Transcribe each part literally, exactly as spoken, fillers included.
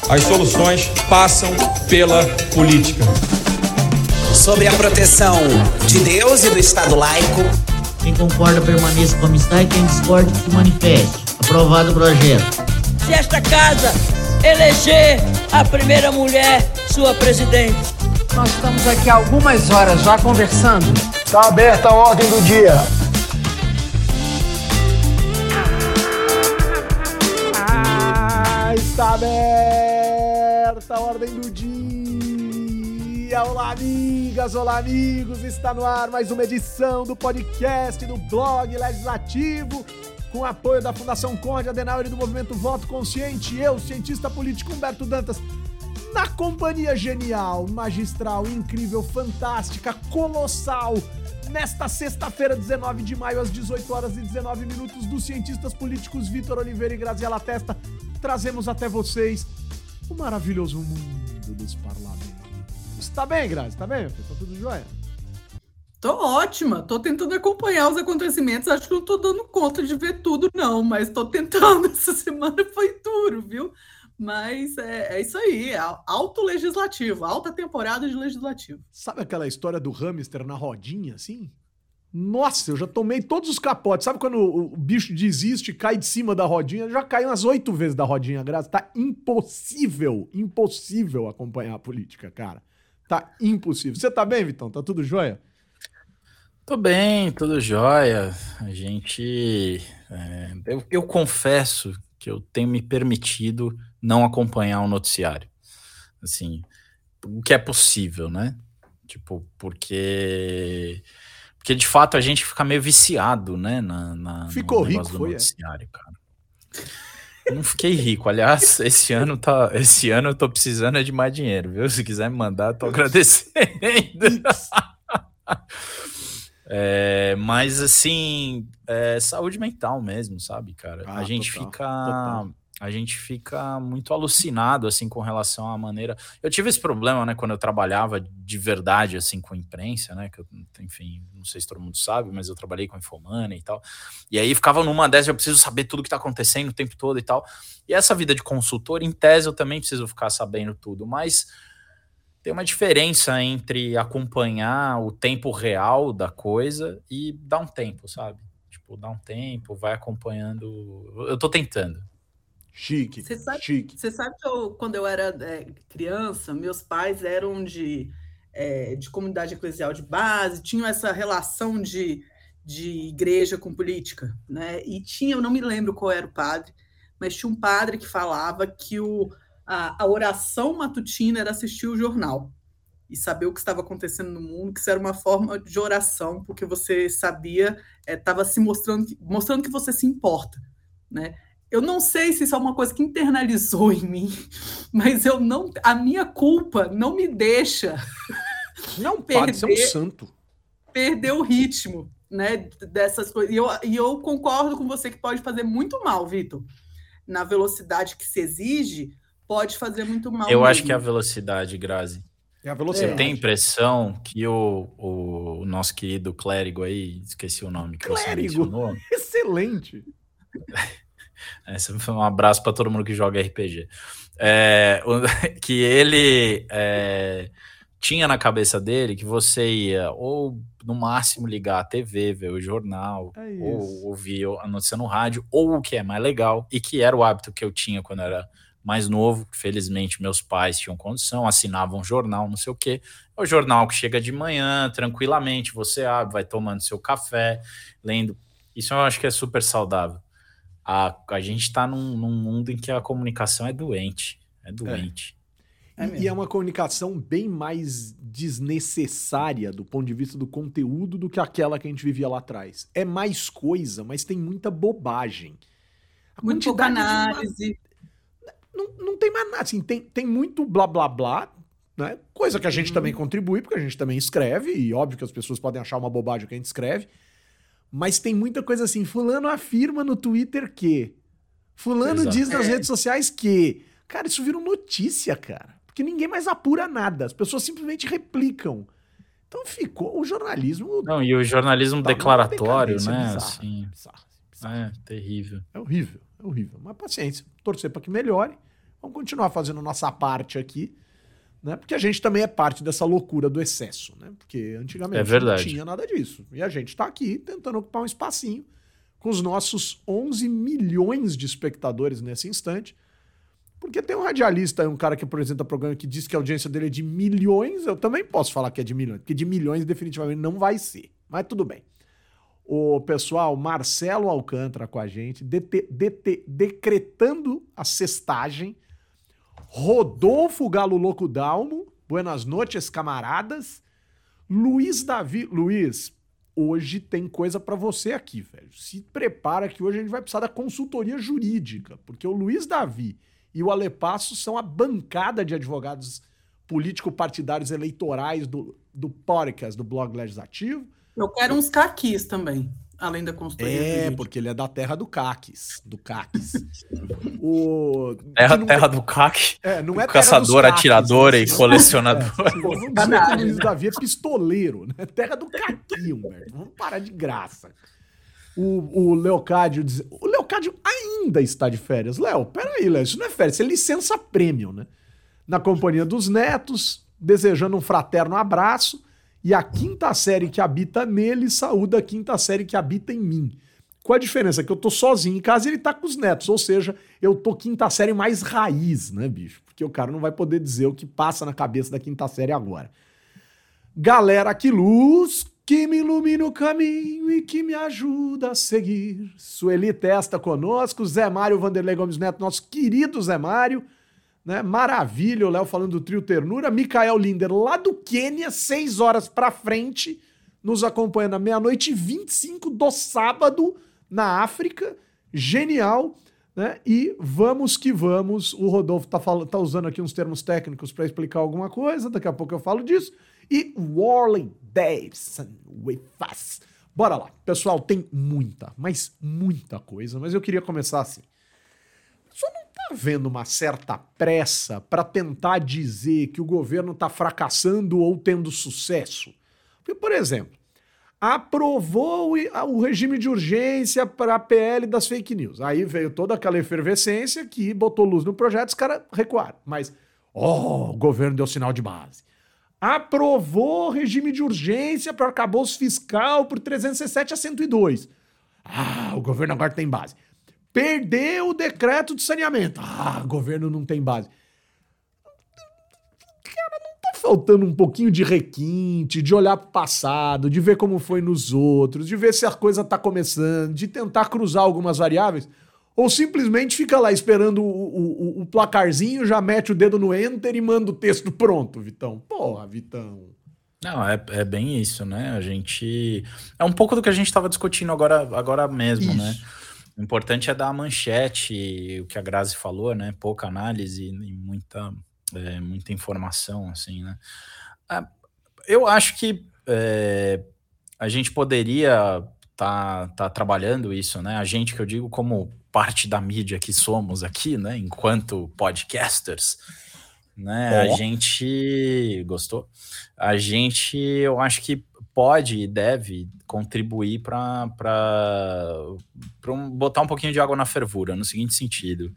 As soluções passam pela política. Sobre a proteção de Deus e do Estado laico. Quem concorda permaneça como está e quem discorda se manifeste. Aprovado o projeto. Se esta casa eleger a primeira mulher sua presidente. Nós estamos aqui há algumas horas já conversando. Está aberta a ordem do dia. Ah, está aberta a ordem do dia. Olá, amigas, olá, amigos. Está no ar mais uma edição do podcast do Blog Legislativo, com apoio da Fundação Conde Adenauer e do Movimento Voto Consciente. Eu, cientista político Humberto Dantas, na companhia genial, magistral, incrível, fantástica, colossal, nesta sexta-feira, dezenove de maio, às dezoito horas e dezenove minutos, dos cientistas políticos Vitor Oliveira e Graziela Testa, trazemos até vocês o maravilhoso mundo dos parlamentos. Tá bem, Grazi? Tá bem? Tá tudo jóia? Tô ótima, tô tentando acompanhar os acontecimentos, acho que não tô dando conta de ver tudo não, mas tô tentando. Essa semana foi duro, viu? Mas é, é isso aí, é alto legislativo, alta temporada de legislativo. Sabe aquela história do hamster na rodinha, assim? Nossa, eu já tomei todos os capotes. Sabe quando o, o bicho desiste, cai de cima da rodinha? Eu já caí umas oito vezes da rodinha, Grazi. Tá impossível, impossível acompanhar a política, cara. Tá impossível. Você tá bem, Vitão? Tá tudo jóia? Tô bem, tudo jóia. A gente... É, eu, eu confesso que eu tenho me permitido não acompanhar o noticiário. Assim, o que é possível, né? Tipo, porque... Porque, de fato, a gente fica meio viciado, né? Na, na, Ficou no rico, do foi? noticiário, é? Cara. Eu não fiquei rico. Aliás, esse ano, tá, esse ano eu tô precisando de mais dinheiro, viu? Se quiser me mandar, tô agradecendo. É, mas, assim, é saúde mental mesmo, sabe, cara? Ah, a gente total, fica... Total. A gente fica muito alucinado, assim, com relação à maneira... Eu tive esse problema, né, quando eu trabalhava de verdade, assim, com imprensa, né, que eu, enfim, não sei se todo mundo sabe, mas eu trabalhei com Infomoney e tal, e aí ficava numa dessas, eu preciso saber tudo que tá acontecendo o tempo todo e tal, e essa vida de consultor, em tese, eu também preciso ficar sabendo tudo, mas tem uma diferença entre acompanhar o tempo real da coisa e dar um tempo, sabe? Tipo, dar um tempo, vai acompanhando... Eu tô tentando. Chique, Você sabe, chique. Você sabe que eu, quando eu era é, criança, meus pais eram de, é, de comunidade eclesial de base, tinham essa relação de, de igreja com política, né? E tinha, eu não me lembro qual era o padre, mas tinha um padre que falava que o, a, a oração matutina era assistir o jornal e saber o que estava acontecendo no mundo, que isso era uma forma de oração, porque você sabia, estava é, se mostrando, mostrando que você se importa, né? Eu não sei se isso é uma coisa que internalizou em mim, mas eu não, a minha culpa não me deixa não pode ser um santo. Perder o ritmo, né, dessas coisas. E eu, e eu concordo com você que pode fazer muito mal, Vitor. Na velocidade que se exige, pode fazer muito mal. Eu mesmo. acho que é a velocidade, Grazi. É a velocidade. Eu tenho a impressão que o, o, o nosso querido clérigo aí, esqueci o nome que clérigo. você mencionou. Excelente. Esse foi um abraço para todo mundo que joga R P G. É, que ele é, tinha na cabeça dele que você ia ou no máximo ligar a T V, ver o jornal, é ou ouvir a notícia no rádio, ou o que é mais legal, e que era o hábito que eu tinha quando eu era mais novo. Felizmente meus pais tinham condição, assinavam um jornal, não sei o quê. É o jornal que chega de manhã, tranquilamente, você abre, vai tomando seu café, lendo. Isso eu acho que é super saudável. A, a gente está num, num mundo em que a comunicação é doente. É doente. É. É e, e é uma comunicação bem mais desnecessária do ponto de vista do conteúdo do que aquela que a gente vivia lá atrás. É mais coisa, mas tem muita bobagem. A muito pouca análise. Não, não tem mais nada. Assim, tem, tem muito blá blá blá, né? Coisa que a gente uhum. também contribui, porque a gente também escreve, e óbvio que as pessoas podem achar uma bobagem o que a gente escreve. Mas tem muita coisa assim, fulano afirma no Twitter que, fulano Exato. diz nas é. redes sociais que... Cara, isso virou notícia, cara. Porque ninguém mais apura nada. As pessoas simplesmente replicam. Então ficou o jornalismo... Não, e o jornalismo tá declaratório, né? Bizarro, assim, bizarro, bizarro. É terrível. É horrível, é horrível. Mas paciência, torcer para que melhore. Vamos continuar fazendo nossa parte aqui, né? Porque a gente também é parte dessa loucura do excesso, né? Porque antigamente é verdade. não tinha nada disso. E a gente tá aqui tentando ocupar um espacinho com os nossos onze milhões de espectadores nesse instante. Porque tem um radialista, um cara que apresenta programa que diz que a audiência dele é de milhões. Eu também posso falar que é de milhões, porque de milhões definitivamente não vai ser. Mas tudo bem. O pessoal, Marcelo Alcântara com a gente, dete, dete, decretando a sextagem. Rodolfo Galo Louco Dalmo, buenas noites, camaradas. Luiz Davi, Luiz, hoje tem coisa pra você aqui, velho. Se prepara que hoje a gente vai precisar da consultoria jurídica, porque o Luiz Davi e o Ale Passo são a bancada de advogados político-partidários eleitorais do, do podcast, do Blog Legislativo. Eu quero uns caquis também, além da consultoria É, jurídica. porque ele é da terra do caques, do caques. o... Terra, não terra é... do caque. É, não é caçador, terra dos atirador caques, e né? colecionador. É, vamos dizer que o Luiz Davi é pistoleiro, né? Terra do caqui, Humberto. Vamos parar de graça. O, o Leocádio diz... O Leocádio ainda está de férias. Léo, peraí, Léo, isso não é férias, isso é licença prêmio, né? Na companhia dos netos, desejando um fraterno abraço, e a quinta série que habita nele saúda a quinta série que habita em mim. Qual a diferença? Que eu tô sozinho em casa e ele tá com os netos, ou seja, eu tô quinta série mais raiz, né, bicho? Porque o cara não vai poder dizer o que passa na cabeça da quinta série agora. Galera, que luz que me ilumina o caminho e que me ajuda a seguir. Sueli Testa conosco, Zé Mário Vanderlei Gomes Neto, nosso querido Zé Mário, né? Maravilha, o Léo falando do trio Ternura, Mikael Linder lá do Quênia, seis horas pra frente, nos acompanhando à meia-noite e vinte e cinco do sábado na África, genial, né? E vamos que vamos, o Rodolfo tá, falando, tá usando aqui uns termos técnicos para explicar alguma coisa, daqui a pouco eu falo disso, e Warley Davidson with us. Bora lá, pessoal, tem muita, mas muita coisa, mas eu queria começar assim. Só não tá havendo uma certa pressa para tentar dizer que o governo tá fracassando ou tendo sucesso? Porque, por exemplo, aprovou o regime de urgência para a P L das fake news. Aí veio toda aquela efervescência que botou luz no projeto, os caras recuaram. Mas, ó, oh, o governo deu sinal de base. Aprovou o regime de urgência para arcabouço fiscal por trezentos e sete a cento e dois. Ah, o governo agora tem base. Perdeu o decreto de saneamento. Ah, o governo não tem base. Cara, não tá faltando um pouquinho de requinte, de olhar pro passado, de ver como foi nos outros, de ver se a coisa tá começando, de tentar cruzar algumas variáveis? Ou simplesmente fica lá esperando o, o, o placarzinho, já mete o dedo no enter e manda o texto pronto, Vitão? Porra, Vitão. Não, é, é bem isso, né? A gente... É um pouco do que a gente estava discutindo agora, agora mesmo, isso. Né? O importante é dar a manchete, o que a Grazi falou, né? Pouca análise e muita, é, muita informação, assim, né? Eu acho que é, a gente poderia tá, tá trabalhando isso, né? A gente, que eu digo como parte da mídia que somos aqui, né? Enquanto podcasters, né? Oh. A gente... Gostou? A gente, eu acho que pode e deve contribuir para um, botar um pouquinho de água na fervura, no seguinte sentido.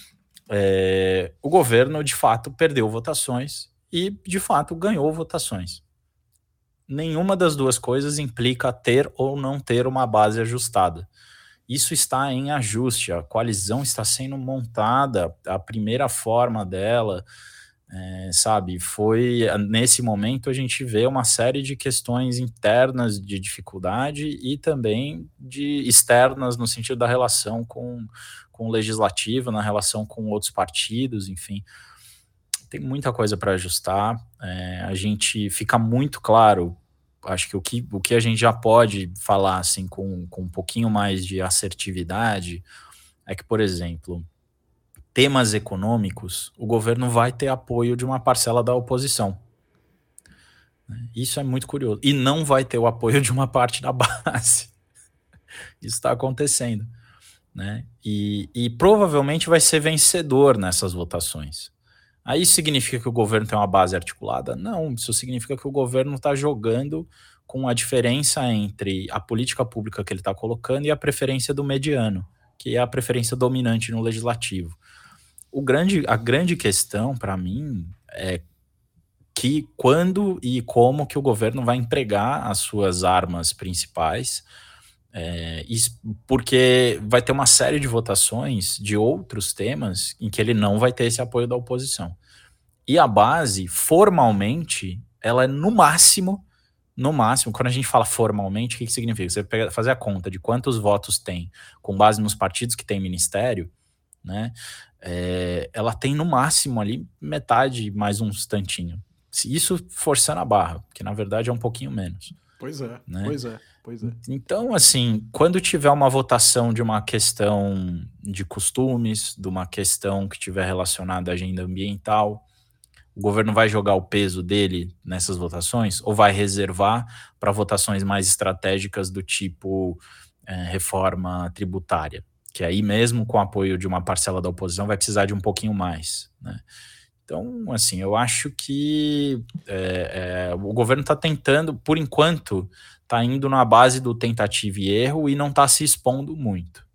É, o governo, de fato, perdeu votações e, de fato, ganhou votações. Nenhuma das duas coisas implica ter ou não ter uma base ajustada. Isso está em ajuste, a coalizão está sendo montada, a primeira forma dela... É, sabe, foi nesse momento a gente vê uma série de questões internas de dificuldade e também de externas no sentido da relação com, com o legislativo, na relação com outros partidos, enfim, tem muita coisa para ajustar. É, a gente fica muito claro, acho que o que, o que a gente já pode falar assim, com, com um pouquinho mais de assertividade é que, por exemplo, temas econômicos, o governo vai ter apoio de uma parcela da oposição. Isso é muito curioso. E não vai ter o apoio de uma parte da base. Isso está acontecendo. Né? E, e provavelmente vai ser vencedor nessas votações. Aí isso significa que o governo tem uma base articulada? Não, isso significa que o governo está jogando com a diferença entre a política pública que ele está colocando e a preferência do mediano, que é a preferência dominante no legislativo. o grande, a grande questão para mim é que quando e como que o governo vai empregar as suas armas principais, é, porque vai ter uma série de votações de outros temas em que ele não vai ter esse apoio da oposição. E a base, formalmente, ela é no máximo, no máximo, quando a gente fala formalmente, o que, que significa? Você pega, fazer a conta de quantos votos tem com base nos partidos que tem ministério, né? É, ela tem no máximo ali metade mais um tantinho. Isso forçando a barra, que na verdade é um pouquinho menos. Pois é, né? pois é, pois é. Então, assim, quando tiver uma votação de uma questão de costumes, de uma questão que tiver relacionada à agenda ambiental, o governo vai jogar o peso dele nessas votações ou vai reservar para votações mais estratégicas do tipo é, reforma tributária, que aí mesmo com o apoio de uma parcela da oposição vai precisar de um pouquinho mais, né? Então, assim, eu acho que é, é, o governo está tentando, por enquanto, está indo na base do tentativa e erro e não está se expondo muito.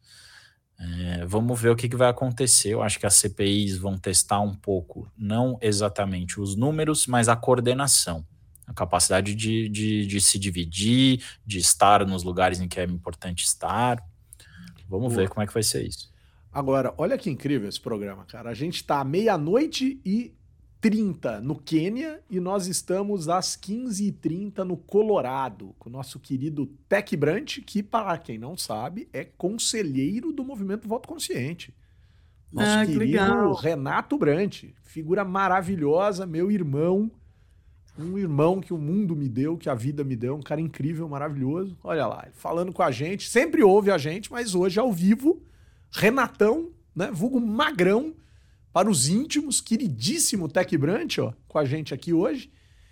É, vamos ver o que, que vai acontecer. Eu acho que as C P Is vão testar um pouco, não exatamente os números, mas a coordenação, a capacidade de, de, de se dividir, de estar nos lugares em que é importante estar. Vamos Boa. ver como é que vai ser isso. Agora, olha que incrível esse programa, cara. A gente tá à meia-noite e trinta no Quênia e nós estamos às quinze e trinta no Colorado, com o nosso querido Tec Brant, que, para quem não sabe, é conselheiro do Movimento Voto Consciente. Nosso ah, querido legal. Renato Brant, figura maravilhosa, meu irmão, um irmão que o mundo me deu, que a vida me deu, um cara incrível, maravilhoso. Olha lá, falando com a gente, sempre ouve a gente, mas hoje ao vivo, Renatão, né, vulgo Magrão, para os íntimos, queridíssimo Tec Brant, ó, com a gente aqui hoje.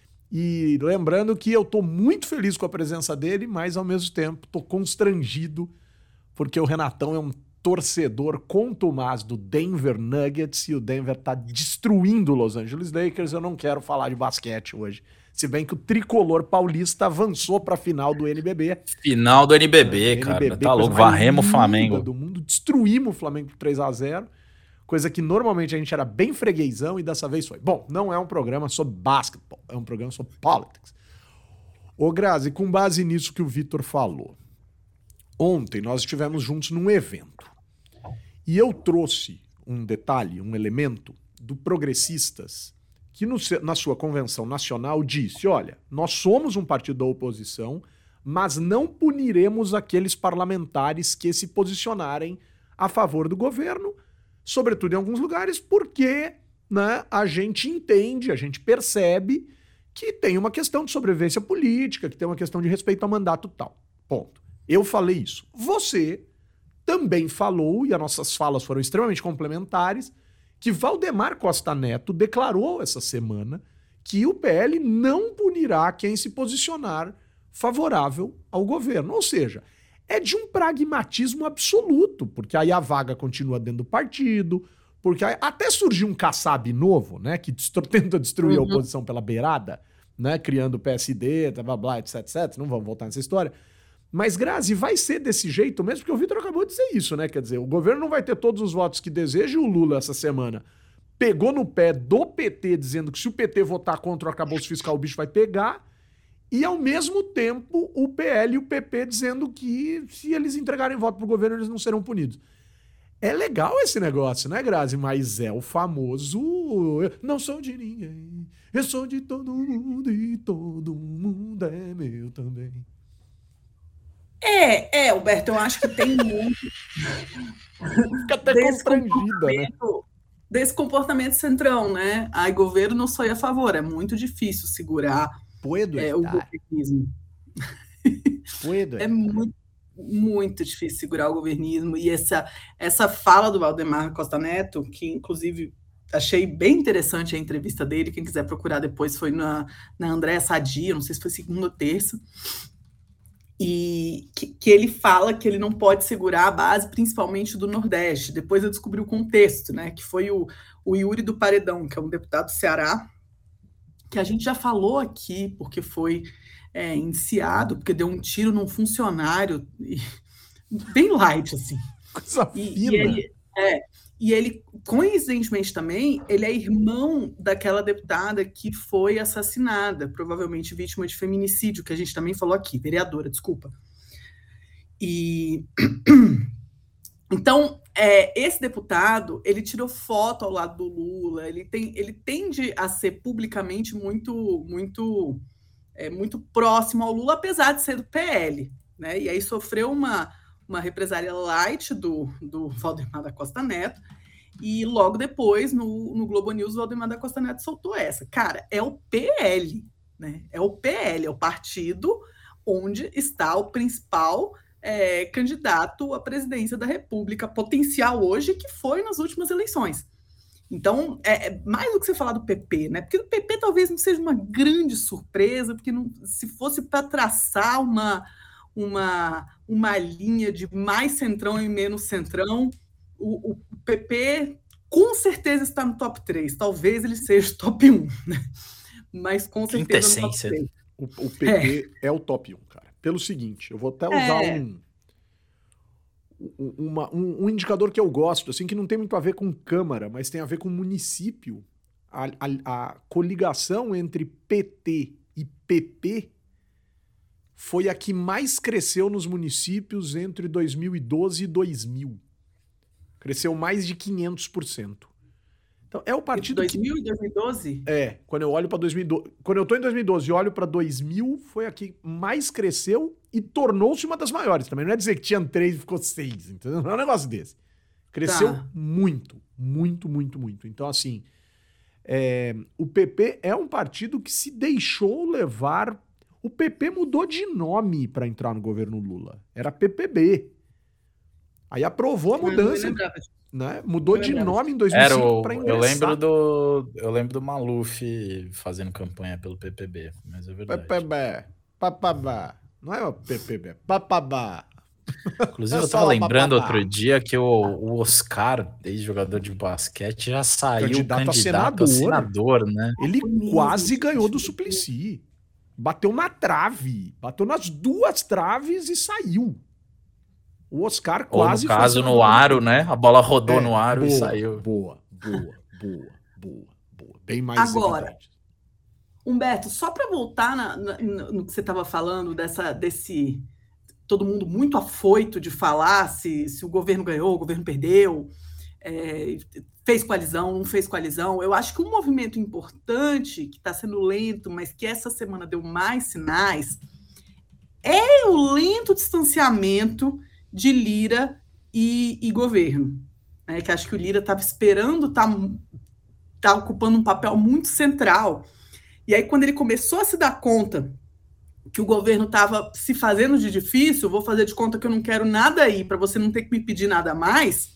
E lembrando que eu tô muito feliz com a presença dele, mas ao mesmo tempo tô constrangido, porque o Renatão é um torcedor contumaz do Denver Nuggets e o Denver tá destruindo o Los Angeles Lakers. Eu não quero falar de basquete hoje. Se bem que o tricolor paulista avançou pra final do N B B. Final do N B B, é, cara. N B B, tá louco, varremos o Flamengo. Do mundo, destruímos o Flamengo por três a zero. Coisa que normalmente a gente era bem freguesão e dessa vez foi. Bom, não é um programa sobre basquetebol, é um programa sobre politics. Ô Grazi, com base nisso que o Vitor falou, ontem nós estivemos juntos num evento e eu trouxe um detalhe, um elemento do Progressistas, que no, na sua convenção nacional disse, olha, nós somos um partido da oposição, mas não puniremos aqueles parlamentares que se posicionarem a favor do governo, sobretudo em alguns lugares, porque, né, a gente entende, a gente percebe que tem uma questão de sobrevivência política, que tem uma questão de respeito ao mandato e tal. Ponto. Eu falei isso. Você também falou, e as nossas falas foram extremamente complementares, que Valdemar Costa Neto declarou essa semana que o P L não punirá quem se posicionar favorável ao governo. Ou seja, é de um pragmatismo absoluto, porque aí a vaga continua dentro do partido, porque aí até surgiu um Kassab novo, né, que destru- tenta destruir uhum. a oposição pela beirada, né, criando o P S D, blá, blá, blá, etc, etcétera. Não vamos voltar nessa história. Mas, Grazi, vai ser desse jeito mesmo, porque o Vitor acabou de dizer isso, né? Quer dizer, o governo não vai ter todos os votos que deseja e o Lula, essa semana, pegou no pé do P T, dizendo que se o P T votar contra o arcabouço fiscal, o bicho vai pegar, e, ao mesmo tempo, o P L e o P P dizendo que se eles entregarem voto pro governo, eles não serão punidos. É legal esse negócio, né, Grazi? Mas é o famoso... Eu não sou de ninguém, eu sou de todo mundo e todo mundo é meu também. É, é, Alberto, eu acho que tem muito... Fica até desse constrangida, né? Desse comportamento centrão, né? Ai, governo não sou a favor, é muito difícil segurar é, o governismo. É muito, muito difícil segurar o governismo. E essa, essa fala do Valdemar Costa Neto, que inclusive achei bem interessante a entrevista dele, quem quiser procurar depois, foi na, na Andréa Sadia, não sei se foi segunda ou terça, e que, que ele fala que ele não pode segurar a base, principalmente do Nordeste. Depois eu descobri o contexto, né, que foi o, o Yuri do Paredão, que é um deputado do Ceará, que a gente já falou aqui, porque foi é, indiciado, porque deu um tiro num funcionário, e, bem light, assim. Coisa e, fina. E ele, é, E ele, coincidentemente também, ele é irmão daquela deputada que foi assassinada, provavelmente vítima de feminicídio, que a gente também falou aqui, vereadora, desculpa. E então, é, esse deputado, ele tirou foto ao lado do Lula, ele, tem, ele tende a ser publicamente muito, muito, é, muito próximo ao Lula, apesar de ser do P L, né? E aí sofreu uma... uma represália light do, do Valdemar da Costa Neto, e logo depois, no, no Globo News, o Valdemar da Costa Neto soltou essa. Cara, é o P L, né? É o P L, é o partido onde está o principal é, candidato à presidência da República, potencial hoje, que foi nas últimas eleições. Então, é, é mais do que você falar do P P, né? Porque o P P talvez não seja uma grande surpresa, porque não, se fosse para traçar uma... Uma, uma linha de mais centrão e menos centrão, o, o P P com certeza está no top três, talvez ele seja o top um, né? Mas com certeza no top três. O, o P P é. é o top um, cara. Pelo seguinte, eu vou até usar é. um, uma, um, um indicador que eu gosto, assim, que não tem muito a ver com Câmara, mas tem a ver com município. A, a, a coligação entre P T e P P foi a que mais cresceu nos municípios entre dois mil e doze e dois mil. Cresceu mais de quinhentos por cento. Então, é o partido dois mil que... e dois mil e doze? É, quando eu olho para dois mil e doze, quando eu tô em dois mil e doze e olho para dois mil, foi a que mais cresceu e tornou-se uma das maiores. Também não é dizer que tinha três e ficou seis, entendeu? Não é um negócio desse. Cresceu tá. muito, muito, muito, muito. Então, assim, é... o P P é um partido que se deixou levar. O P P mudou de nome para entrar no governo Lula. Era P P B. Aí aprovou a mudança. Né? Mudou de nome em dois mil e cinco para ingressar. Eu lembro, do, eu lembro do Maluf fazendo campanha pelo P P B, mas é verdade. P P B, papabá. Não é o P P B, papabá. Inclusive, eu tava lembrando outro dia que o, o Oscar, ex-jogador de basquete, já saiu candidato, candidato a, senador. a senador, né? Ele quase ganhou do Suplicy. Bateu na trave. Bateu nas duas traves e saiu. O Oscar quase... Ou no caso, no aro, né? A bola rodou é, no aro boa, e saiu. Boa, boa, boa, boa, boa. Bem mais Agora, evidente. Humberto, só para voltar na, na, no que você estava falando, dessa, desse... Todo mundo muito afoito de falar se, se o governo ganhou, o governo perdeu, é, fez coalizão, não fez coalizão. Eu acho que um movimento importante, que está sendo lento, mas que essa semana deu mais sinais, é o lento distanciamento de Lira e, e governo. Né? Que acho que o Lira estava esperando, está tá ocupando um papel muito central. E aí, quando ele começou a se dar conta que o governo estava se fazendo de difícil, vou fazer de conta que eu não quero nada aí, para você não ter que me pedir nada mais,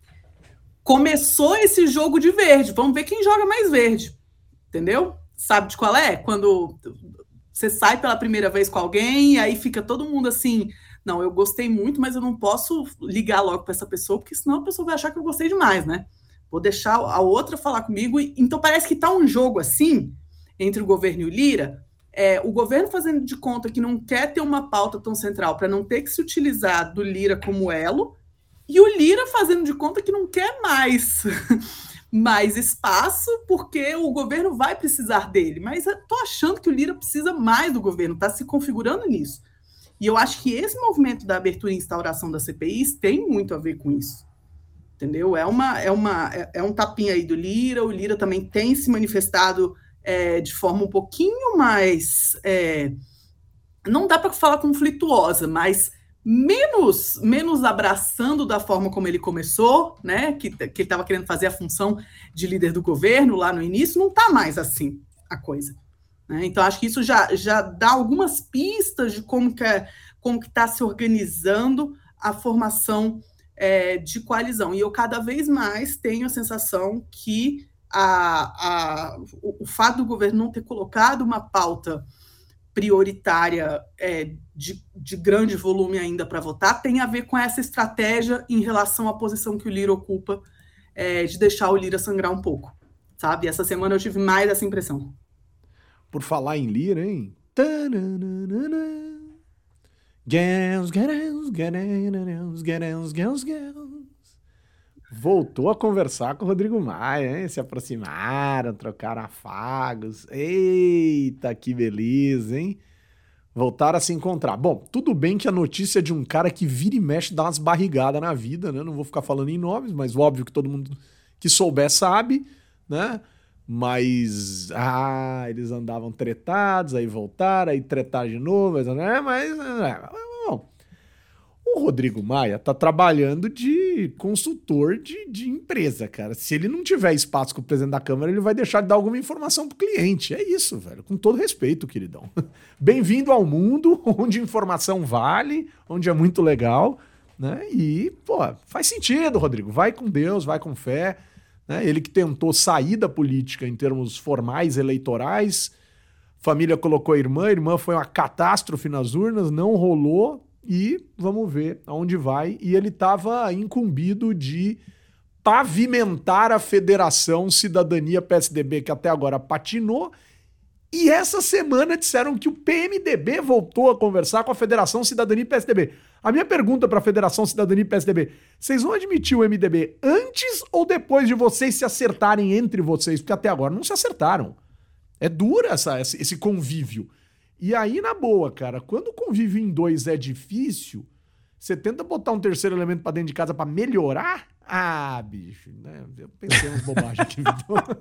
começou esse jogo de verde. Vamos ver quem joga mais verde, entendeu? Sabe de qual é? Quando você sai pela primeira vez com alguém, e aí fica todo mundo assim, não, eu gostei muito, mas eu não posso ligar logo para essa pessoa, porque senão a pessoa vai achar que eu gostei demais, né? Vou deixar a outra falar comigo. Então parece que tá um jogo assim, entre o governo e o Lira, é, o governo fazendo de conta que não quer ter uma pauta tão central para não ter que se utilizar do Lira como elo, e o Lira fazendo de conta que não quer mais, mais espaço, porque o governo vai precisar dele. Mas eu tô achando que o Lira precisa mais do governo, está se configurando nisso. E eu acho que esse movimento da abertura e instauração da C P Is tem muito a ver com isso. Entendeu? É, uma, é, uma, é, é um tapinha aí do Lira, o Lira também tem se manifestado É, de forma um pouquinho mais, é, não dá para falar conflituosa, mas menos, menos abraçando da forma como ele começou, né, que, que ele estava querendo fazer a função de líder do governo lá no início, não está mais assim a coisa. Né? Então, acho que isso já, já dá algumas pistas de como que é, como que está se organizando a formação é, de coalizão. E eu cada vez mais tenho a sensação que A, a, o, o fato do governo não ter colocado uma pauta prioritária é, de, de grande volume ainda para votar tem a ver com essa estratégia em relação à posição que o Lira ocupa, é, de deixar o Lira sangrar um pouco, sabe? Essa semana eu tive mais essa impressão. Por falar em Lira, hein? Girls, girls, girls, girls, girls, girls, girls. voltou a conversar com o Rodrigo Maia, hein? Se aproximaram, trocaram afagos. Eita, que beleza, hein? Voltaram a se encontrar. Bom, tudo bem que a notícia é de um cara que vira e mexe dá umas barrigadas na vida, né? Não vou ficar falando em nomes, mas óbvio que todo mundo que souber sabe, né? Mas, ah, eles andavam tretados, aí voltaram, aí tretaram de novo, né? Mas, é, bom, o Rodrigo Maia tá trabalhando de consultor de, de empresa, cara. Se ele não tiver espaço com o presidente da Câmara, ele vai deixar de dar alguma informação pro cliente. É isso, velho. Com todo respeito, queridão. Bem-vindo ao mundo onde informação vale, onde é muito legal, né? E, pô, faz sentido, Rodrigo. Vai com Deus, vai com fé. Né? Ele que tentou sair da política em termos formais, eleitorais. Família colocou a irmã, a irmã foi uma catástrofe nas urnas, não rolou. E vamos ver aonde vai. E ele estava incumbido de pavimentar a Federação Cidadania P S D B, que até agora patinou. E essa semana disseram que o P M D B voltou a conversar com a Federação Cidadania e P S D B. A minha pergunta para a Federação Cidadania e P S D B, vocês vão admitir o M D B antes ou depois de vocês se acertarem entre vocês? Porque até agora não se acertaram. É dura essa, esse convívio. E aí, na boa, cara, quando o convívio em dois é difícil, você tenta botar um terceiro elemento pra dentro de casa pra melhorar? Ah, bicho, né? Eu pensei umas bobagens aqui, Vitão.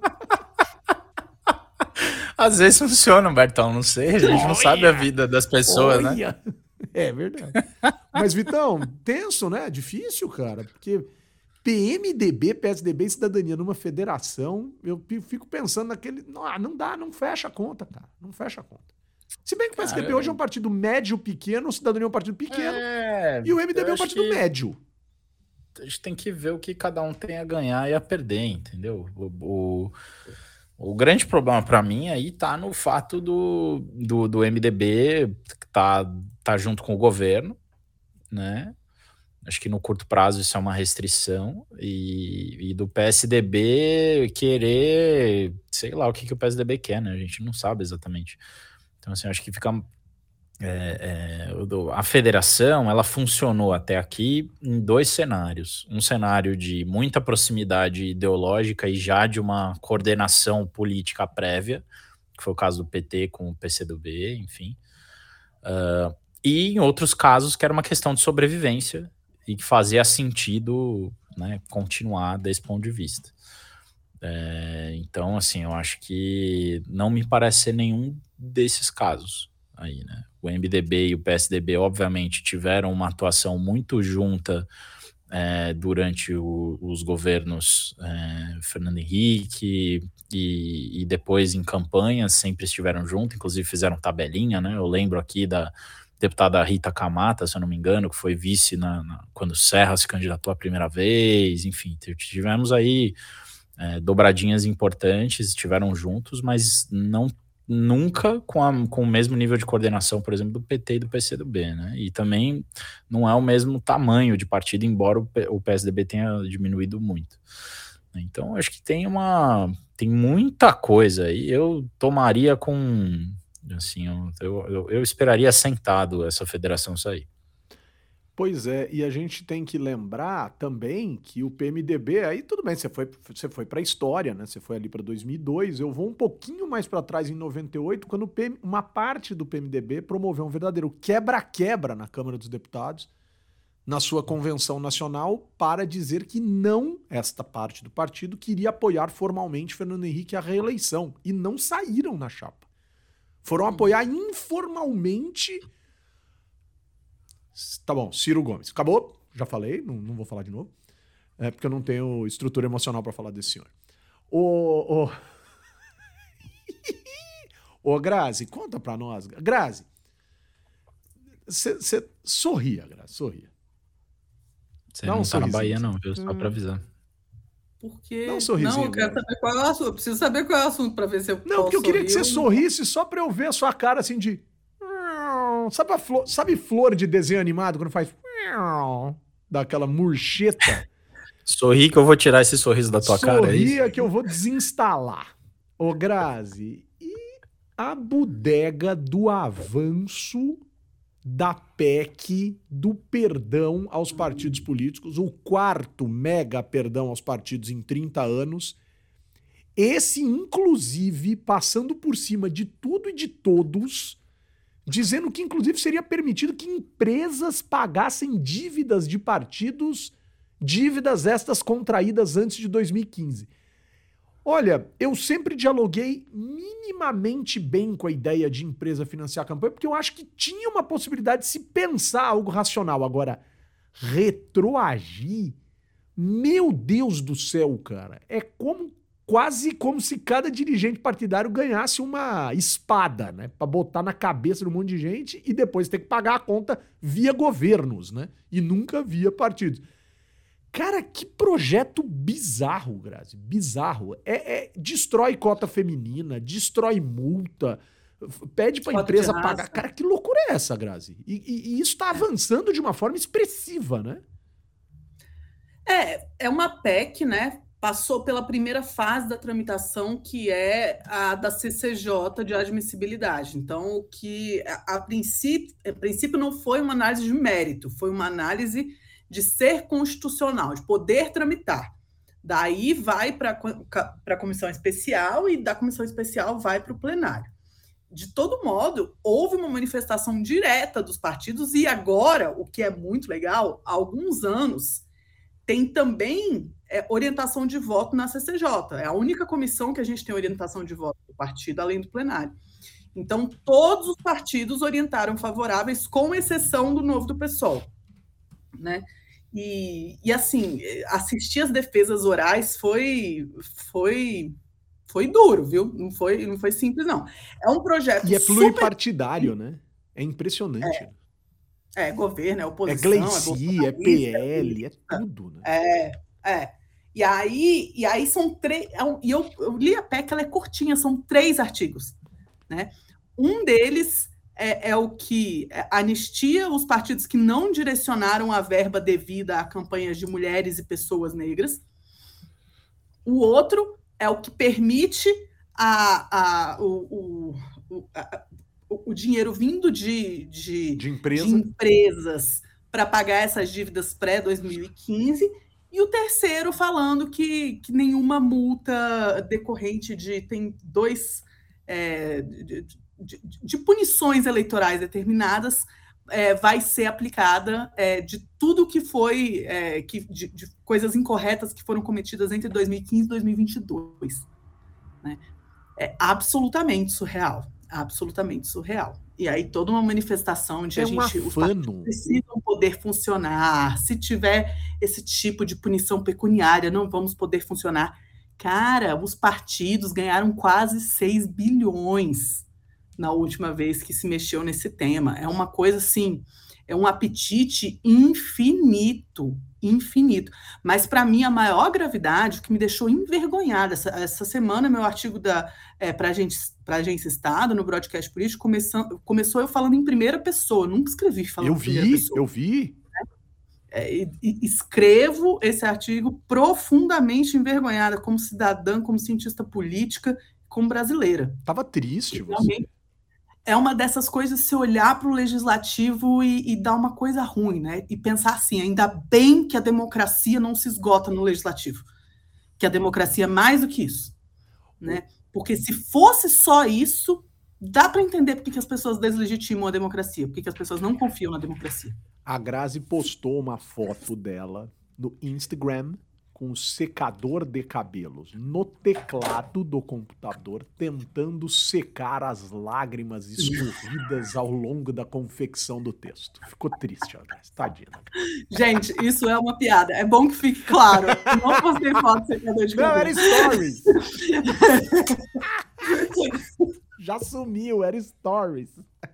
Às vezes funciona, Bertão, não sei. A gente não sabe a vida das pessoas, Olha. né? É verdade. Mas, Vitão, tenso, né? Difícil, cara, porque P M D B, P S D B e Cidadania numa federação, eu fico pensando naquele... Não, não dá, não fecha a conta, cara. Não fecha a conta. Se bem que o P S D B Cara, hoje é um partido médio pequeno, o Cidadania é um partido pequeno, é, e o M D B é um partido que... médio. A gente tem que ver o que cada um tem a ganhar e a perder, entendeu? O, o, o grande problema para mim aí tá no fato do, do, do M D B tá, tá junto com o governo, né? Acho que no curto prazo isso é uma restrição, e, e do P S D B querer, sei lá o que, que o P S D B quer, né? A gente não sabe exatamente. Então, assim, acho que fica... É, é, a federação, ela funcionou até aqui em dois cenários. Um cenário de muita proximidade ideológica e já de uma coordenação política prévia, que foi o caso do P T com o P C do B, enfim. Uh, e em outros casos que era uma questão de sobrevivência e que fazia sentido, né, continuar desse ponto de vista. É, então, assim, eu acho que não me parece ser nenhum desses casos aí, né? O M D B e o P S D B, obviamente, tiveram uma atuação muito junta é, durante o, os governos é, Fernando Henrique e, e depois em campanhas sempre estiveram juntos, inclusive fizeram tabelinha, né? Eu lembro aqui da deputada Rita Camata, se eu não me engano, que foi vice na, na, quando o Serra se candidatou a primeira vez, enfim, tivemos aí É, dobradinhas importantes, estiveram juntos, mas não, nunca com, a, com o mesmo nível de coordenação, por exemplo, do P T e do P C do B, né? E também não é o mesmo tamanho de partido, embora o, P, o P S D B tenha diminuído muito. Então, acho que tem uma... tem muita coisa aí. Eu tomaria com... assim, eu, eu, eu esperaria sentado essa federação sair. Pois é, e a gente tem que lembrar também que o P M D B, aí tudo bem, você foi, você foi para a história, né? Você foi ali para dois mil e dois, eu vou um pouquinho mais para trás em noventa e oito, quando o P M, uma parte do P M D B promoveu um verdadeiro quebra-quebra na Câmara dos Deputados, na sua convenção nacional, para dizer que não, esta parte do partido, queria apoiar formalmente Fernando Henrique à reeleição, e não saíram na chapa. Foram apoiar informalmente... Tá bom, Ciro Gomes. Acabou, já falei, não, não vou falar de novo. É porque eu não tenho estrutura emocional pra falar desse senhor. Ô, ô... ô Grazi, conta pra nós. Grazi, você sorria, Grazi, sorria. Você não, não tá na Bahia não, viu? Só pra avisar. Por quê? Não, um sorrisinho. Não, eu quero saber qual é o assunto. Eu preciso saber qual é o assunto pra ver se eu Não, porque eu queria que você sorrisse só pra eu ver a sua cara assim de... Sabe, a flor, sabe flor de desenho animado quando faz daquela murcheta? Sorri que eu vou tirar esse sorriso da tua Sorria cara, é isso? Sorria que eu vou desinstalar. Ô Grazi, e a bodega do Avanço da P E C do perdão aos partidos políticos, o quarto mega perdão aos partidos em trinta anos. Esse, inclusive, passando por cima de tudo e de todos, dizendo que, inclusive, seria permitido que empresas pagassem dívidas de partidos, dívidas estas contraídas antes de dois mil e quinze. Olha, eu sempre dialoguei minimamente bem com a ideia de empresa financiar a campanha, porque eu acho que tinha uma possibilidade de se pensar algo racional. Agora, retroagir, meu Deus do céu, cara, é como, quase como se cada dirigente partidário ganhasse uma espada, né, pra botar na cabeça de um monte de gente e depois ter que pagar a conta via governos, né, e nunca via partidos. Cara, que projeto bizarro, Grazi, bizarro. É, é, destrói cota feminina, destrói multa, pede pra empresa pagar. Cara, que loucura é essa, Grazi? E, e, e isso tá avançando de uma forma expressiva, né? É, é uma P E C, né? Passou pela primeira fase da tramitação, que é a da C C J de admissibilidade. Então, o que a, a, princípio, a princípio não foi uma análise de mérito, foi uma análise de ser constitucional, de poder tramitar. Daí vai para a comissão especial e da comissão especial vai para o plenário. De todo modo, houve uma manifestação direta dos partidos e agora, o que é muito legal, há alguns anos, tem também é, orientação de voto na C C J. É a única comissão que a gente tem orientação de voto do partido, além do plenário. Então, todos os partidos orientaram favoráveis, com exceção do Novo do PSOL. Né? E, e assim, assistir as defesas orais foi, foi, foi duro, viu? Não foi, não foi simples, não. É um projeto E é pluripartidário, super... né? É impressionante. É, é governo, é oposição, é Gleici, é, é P L, é tudo, né? É, é. E aí, e aí são três... E eu, eu li a P E C, ela é curtinha, são três artigos, né? Um deles... É, é o que anistia os partidos que não direcionaram a verba devida a campanhas de mulheres e pessoas negras. O outro é o que permite a, a, o, o, a, o dinheiro vindo de, de, de, empresa. de empresas para pagar essas dívidas pré-dois mil e quinze. E o terceiro falando que, que nenhuma multa decorrente de... Tem dois... É, de, De, de punições eleitorais determinadas é, vai ser aplicada é, de tudo que foi, é, que, de, de coisas incorretas que foram cometidas entre dois mil e quinze e dois mil e vinte e dois. Né? É absolutamente surreal, absolutamente surreal. E aí toda uma manifestação de é a gente... Um os partidos precisam poder funcionar, se tiver esse tipo de punição pecuniária, não vamos poder funcionar. Cara, os partidos ganharam quase seis bilhões na última vez que se mexeu nesse tema. É uma coisa assim, é um apetite infinito, infinito. Mas, para mim, a maior gravidade, o que me deixou envergonhada, essa, essa semana, meu artigo é, para a Agência Estado, no Broadcast Político, começou, começou eu falando em primeira pessoa, eu nunca escrevi falando eu em primeira vi, pessoa. Eu vi, é, e, e escrevo esse artigo profundamente envergonhada, como cidadã, como cientista política, como brasileira. Tava triste e, você. É uma dessas coisas, se olhar para o legislativo e, e dar uma coisa ruim, né? E pensar assim, ainda bem que a democracia não se esgota no legislativo, que a democracia é mais do que isso, né? Porque se fosse só isso, dá para entender por que as pessoas deslegitimam a democracia, por que as pessoas não confiam na democracia. A Grazi postou uma foto dela no Instagram com um secador de cabelos no teclado do computador, tentando secar as lágrimas escorridas ao longo da confecção do texto. Ficou triste, ó, tadinha. Gente, isso é uma piada. É bom que fique claro. Não postei foto de secador de cabelo. Não, era stories. Já sumiu, era stories.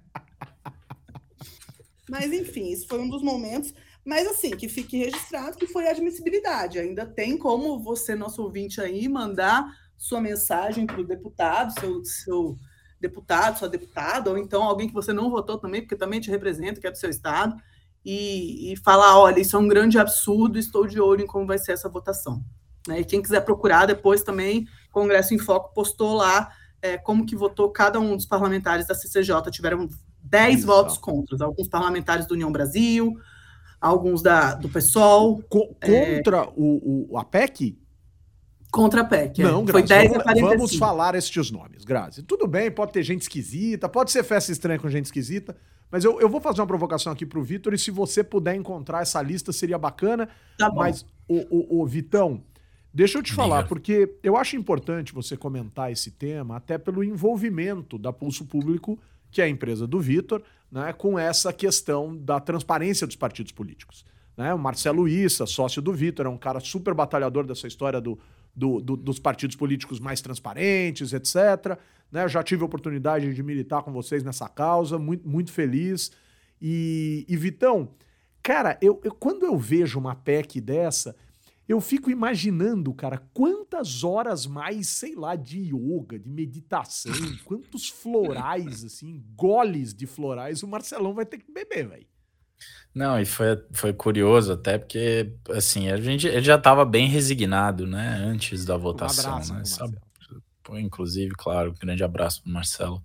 Mas, enfim, isso foi um dos momentos... Mas, assim, que fique registrado que foi a admissibilidade. Ainda tem como você, nosso ouvinte aí, mandar sua mensagem para o deputado, seu, seu deputado, sua deputada, ou então alguém que você não votou também, porque também te representa, que é do seu estado, e, e falar, olha, isso é um grande absurdo, estou de olho em como vai ser essa votação. Né? E quem quiser procurar depois também, Congresso em Foco postou lá é, como que votou cada um dos parlamentares da C C J. Tiveram dez votos contra. Alguns parlamentares do União Brasil, alguns da, do PSOL. Co- contra é... o, o, a P E C? Contra a P E C, Não, é. Grazi, Foi dez vamos, a quarenta e cinco. Vamos falar estes nomes, Grazi. Tudo bem, pode ter gente esquisita, pode ser festa estranha com gente esquisita, mas eu, eu vou fazer uma provocação aqui pro Vitor, e se você puder encontrar essa lista, seria bacana. Tá bom. Mas, o, o, o Vitão, deixa eu te falar, Diga. porque eu acho importante você comentar esse tema, até pelo envolvimento da Pulso Público, que é a empresa do Vitor, né, com essa questão da transparência dos partidos políticos. Né? O Marcelo Issa, sócio do Vitor, é um cara super batalhador dessa história do, do, do, dos partidos políticos mais transparentes, etcétera. Né? Eu já tive a oportunidade de militar com vocês nessa causa, muito, muito feliz. E, e Vitão, cara, eu, eu, quando eu vejo uma P E C dessa, eu fico imaginando, cara, quantas horas mais, sei lá, de yoga, de meditação, quantos florais, assim, goles de florais o Marcelão vai ter que beber, velho. Não, e foi, foi curioso até porque, assim, a gente, ele já estava bem resignado, né, antes da votação, um abraço, né, sabe? Inclusive, claro, um grande abraço pro Marcelo.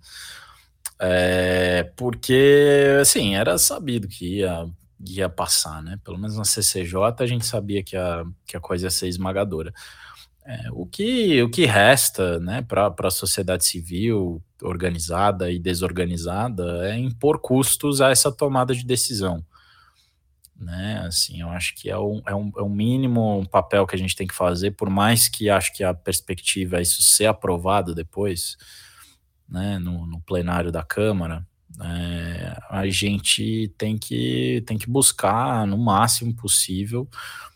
É, porque, assim, era sabido que ia... ia passar, né? Pelo menos na C C J a gente sabia que a, que a coisa ia ser esmagadora. É, o, que, o que resta, né, para a sociedade civil organizada e desorganizada é impor custos a essa tomada de decisão. Né? Assim, eu acho que é um, é, um, é um mínimo papel que a gente tem que fazer, por mais que acho que a perspectiva é isso ser aprovado depois, né, no, no plenário da Câmara. É, a gente tem que, tem que buscar no máximo possível,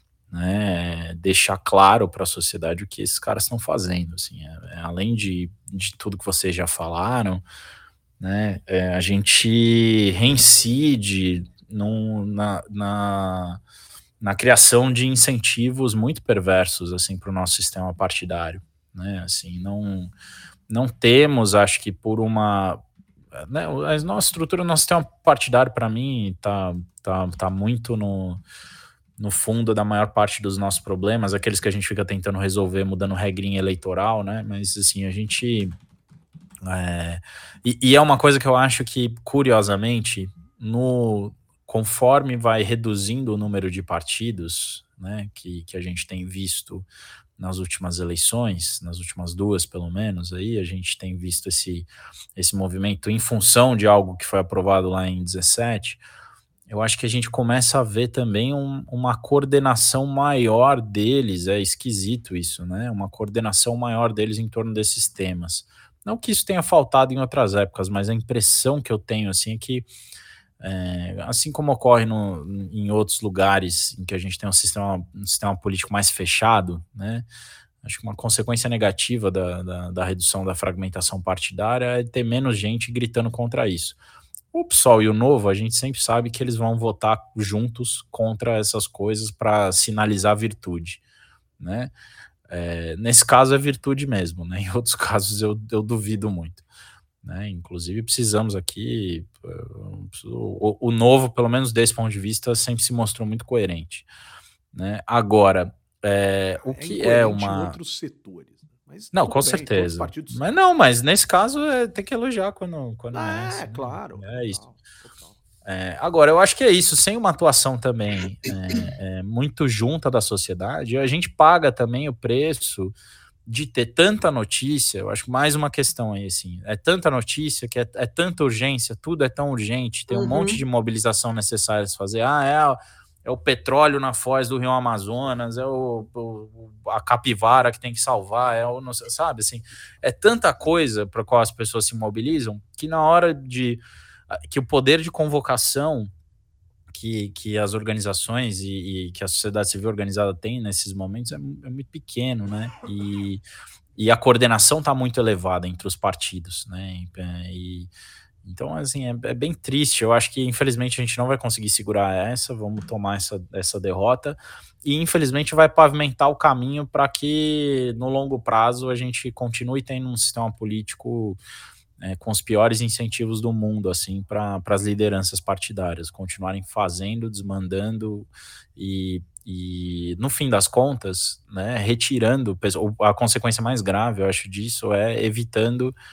né, deixar claro para a sociedade o que esses caras estão fazendo, assim, é, é, além de, de tudo que vocês já falaram, né, é, a gente reincide num, na, na, na criação de incentivos muito perversos assim, para o nosso sistema partidário, né, assim, não, não temos, acho que por uma... Né, a nossa estrutura, nosso sistema partidário, para mim, tá, tá, tá muito no, no fundo da maior parte dos nossos problemas, aqueles que a gente fica tentando resolver mudando regrinha eleitoral, né? Mas, assim, a gente... É, e, e é uma coisa que eu acho que, curiosamente, no, conforme vai reduzindo o número de partidos, né, que, que a gente tem visto nas últimas eleições, nas últimas duas pelo menos, aí a gente tem visto esse, esse movimento em função de algo que foi aprovado lá em dezessete, eu acho que a gente começa a ver também um, uma coordenação maior deles, é esquisito isso, né? Uma coordenação maior deles em torno desses temas. Não que isso tenha faltado em outras épocas, mas a impressão que eu tenho assim, é que É, assim como ocorre no, em outros lugares em que a gente tem um sistema, um sistema político mais fechado, né? Acho que uma consequência negativa da, da, da redução da fragmentação partidária é ter menos gente gritando contra isso. O PSOL e o Novo, a gente sempre sabe que eles vão votar juntos contra essas coisas para sinalizar virtude, né? É, nesse caso é virtude mesmo, né? Em outros casos eu, eu duvido muito. Né? Inclusive precisamos aqui o, o Novo, pelo menos desse ponto de vista, sempre se mostrou muito coerente, né? Agora é, o é que é uma em outros setores, mas não, com bem, certeza, partidos... mas não, mas nesse caso é, tem que elogiar quando, quando ah, é, assim, é claro, é isso. Total, total. É, agora eu acho que é isso, sem uma atuação também é, é, muito junta da sociedade, a gente paga também o preço de ter tanta notícia. Eu acho que mais uma questão aí, assim, é tanta notícia, que é, é tanta urgência, tudo é tão urgente, tem um uhum. monte de mobilização necessária a se fazer, ah, é, é o petróleo na foz do Rio Amazonas, é o, o, a capivara que tem que salvar, é o, não sei, sabe, assim, é tanta coisa para qual as pessoas se mobilizam, que na hora de, que o poder de convocação Que, que as organizações e, e que a sociedade civil organizada tem nesses momentos é, é muito pequeno, né? E, e a coordenação está muito elevada entre os partidos, né? E, então, assim, é, é bem triste. Eu acho que, infelizmente, a gente não vai conseguir segurar essa, vamos tomar essa, essa derrota e, infelizmente, vai pavimentar o caminho para que, no longo prazo, a gente continue tendo um sistema político É, com os piores incentivos do mundo, assim, para as lideranças partidárias, continuarem fazendo, desmandando e, e, no fim das contas, né, retirando, a consequência mais grave, eu acho, disso é evitando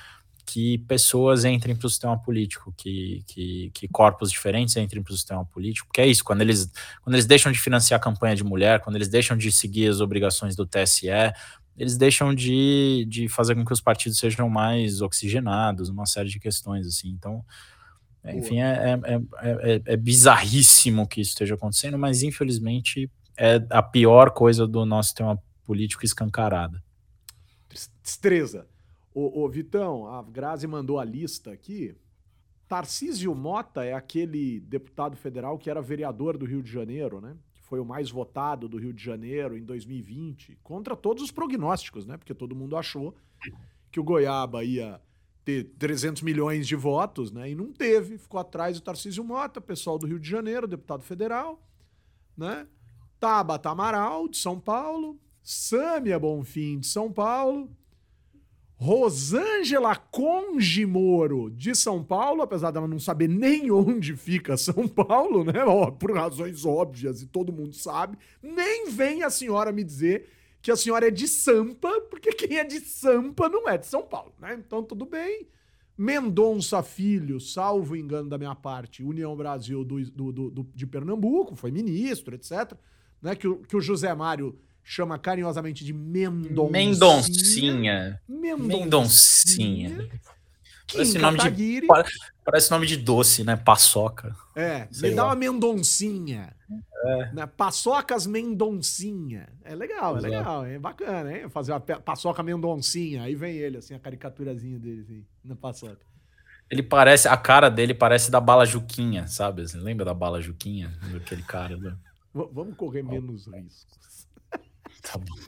que pessoas entrem para o sistema político, que, que, que corpos diferentes entrem para o sistema político, porque é isso, quando eles, quando eles deixam de financiar a campanha de mulher, quando eles deixam de seguir as obrigações do T S E, eles deixam de, de fazer com que os partidos sejam mais oxigenados, uma série de questões, assim, então, enfim, é, é, é, é bizarríssimo que isso esteja acontecendo, mas infelizmente é a pior coisa do nosso sistema político escancarada. Destreza. Ô, ô, Vitão, a Grazi mandou a lista aqui. Tarcísio Mota é aquele deputado federal que era vereador do Rio de Janeiro, né? Que foi o mais votado do Rio de Janeiro em dois mil e vinte, contra todos os prognósticos, né? Porque todo mundo achou que o Goiaba ia ter trezentos milhões de votos, né? E não teve, ficou atrás do Tarcísio Mota, pessoal do Rio de Janeiro, deputado federal, né? Tabata Amaral, de São Paulo, Sâmia Bonfim, de São Paulo, Rosângela Conde Moro, de São Paulo, apesar dela não saber nem onde fica São Paulo, né? Ó, por razões óbvias, e todo mundo sabe. Nem vem a senhora me dizer que a senhora é de Sampa, porque quem é de Sampa não é de São Paulo, né? Então, tudo bem. Mendonça Filho, salvo engano da minha parte, União Brasil do, do, do, do, de Pernambuco, foi ministro, etcétera. Né? Que, o, que o José Mário chama carinhosamente de Mendoncinha. Mendoncinha. Mendoncinha. Mendoncinha. Parece nome, de, parece nome de doce, né? Paçoca. É, Sei me lá. dá uma Mendoncinha. É. Né? Paçocas Mendoncinha. É legal, é Exato. legal, é bacana, hein? Fazer uma paçoca Mendoncinha. Aí vem ele, assim, a caricaturazinha dele, assim, na paçoca. Ele parece, a cara dele parece da Bala Juquinha, sabe? Você lembra da Bala Juquinha? Daquele cara. Do... V- vamos correr menos riscos. Tá bom.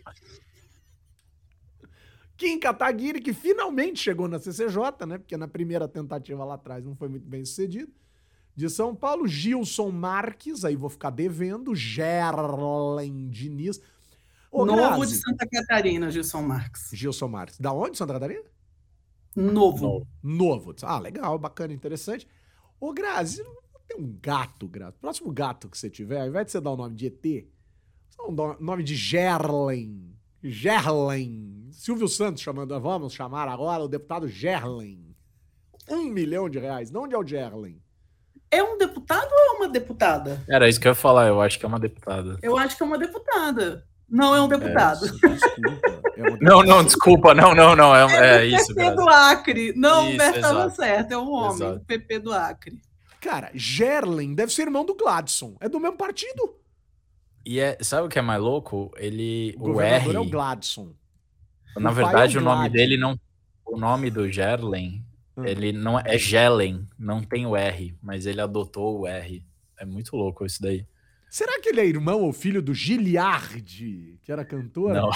Kim Kataguiri, que finalmente chegou na C C J, né? Porque na primeira tentativa lá atrás não foi muito bem sucedido. De São Paulo, Gilson Marques, aí vou ficar devendo, Gerlen Diniz. Ô, Novo Grazi. de Santa Catarina, Gilson Marques. Gilson Marques. Da onde, Santa Catarina? Novo. Novo. Ah, legal, bacana, interessante. Ô, Grazi, tem um gato, Grazi. Próximo gato que você tiver, ao invés de você dar o nome de E T, só um do- nome de Gerlen. Gerlen. Silvio Santos chamando, vamos chamar agora o deputado Gerlen. Um milhão de reais. De onde é o Gerlen? É um deputado ou é uma deputada? Era isso que eu ia falar, eu acho que é uma deputada. Eu acho que é uma deputada. Não, é um deputado. Desculpa. É uma Não, não, desculpa, não, não, não, é, é do isso. P P Grazi. do Acre. Não, Isso, o Berta estava exato. certo, é um homem Exato. do P P do Acre. Cara, Gerlen deve ser irmão do Gladson. É do mesmo partido. E é, sabe o que é mais louco? Ele, O o, governador R, é o Gladson. na o pai verdade é o o nome Glad. dele não, o nome do Gerlen, Hum. ele não é, é Gelen, não tem o R, mas ele adotou o R. É muito louco isso daí. Será que ele é irmão ou filho do Giliardi, que era cantor? Não.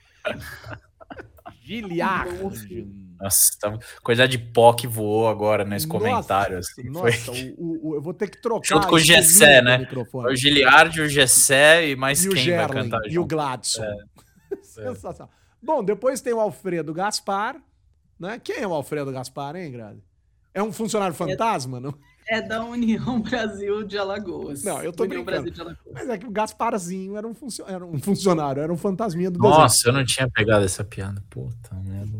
Giliardi. Nossa, tá, coisa de pó que voou agora nesse Nossa, comentário. Assim, Nossa, foi... o, o- eu vou ter que trocar. Junto com o esse Gessé, volume do né? microfone. O Giliardi, o Gessé e mais E o quem vai Gerlen, cantar e o junto? Gladson. Sensacional. Bom, depois tem o Alfredo Gaspar, né? Quem é o Alfredo Gaspar, hein, Grazi? É um funcionário fantasma, não? É da União Brasil de Alagoas. Não, eu tô União brincando. Brasil de Alagoas. Mas é que o Gasparzinho era um, funcio- era um funcionário, era um fantasminha do desenho. Nossa, eu não tinha pegado essa piada. Puta merda.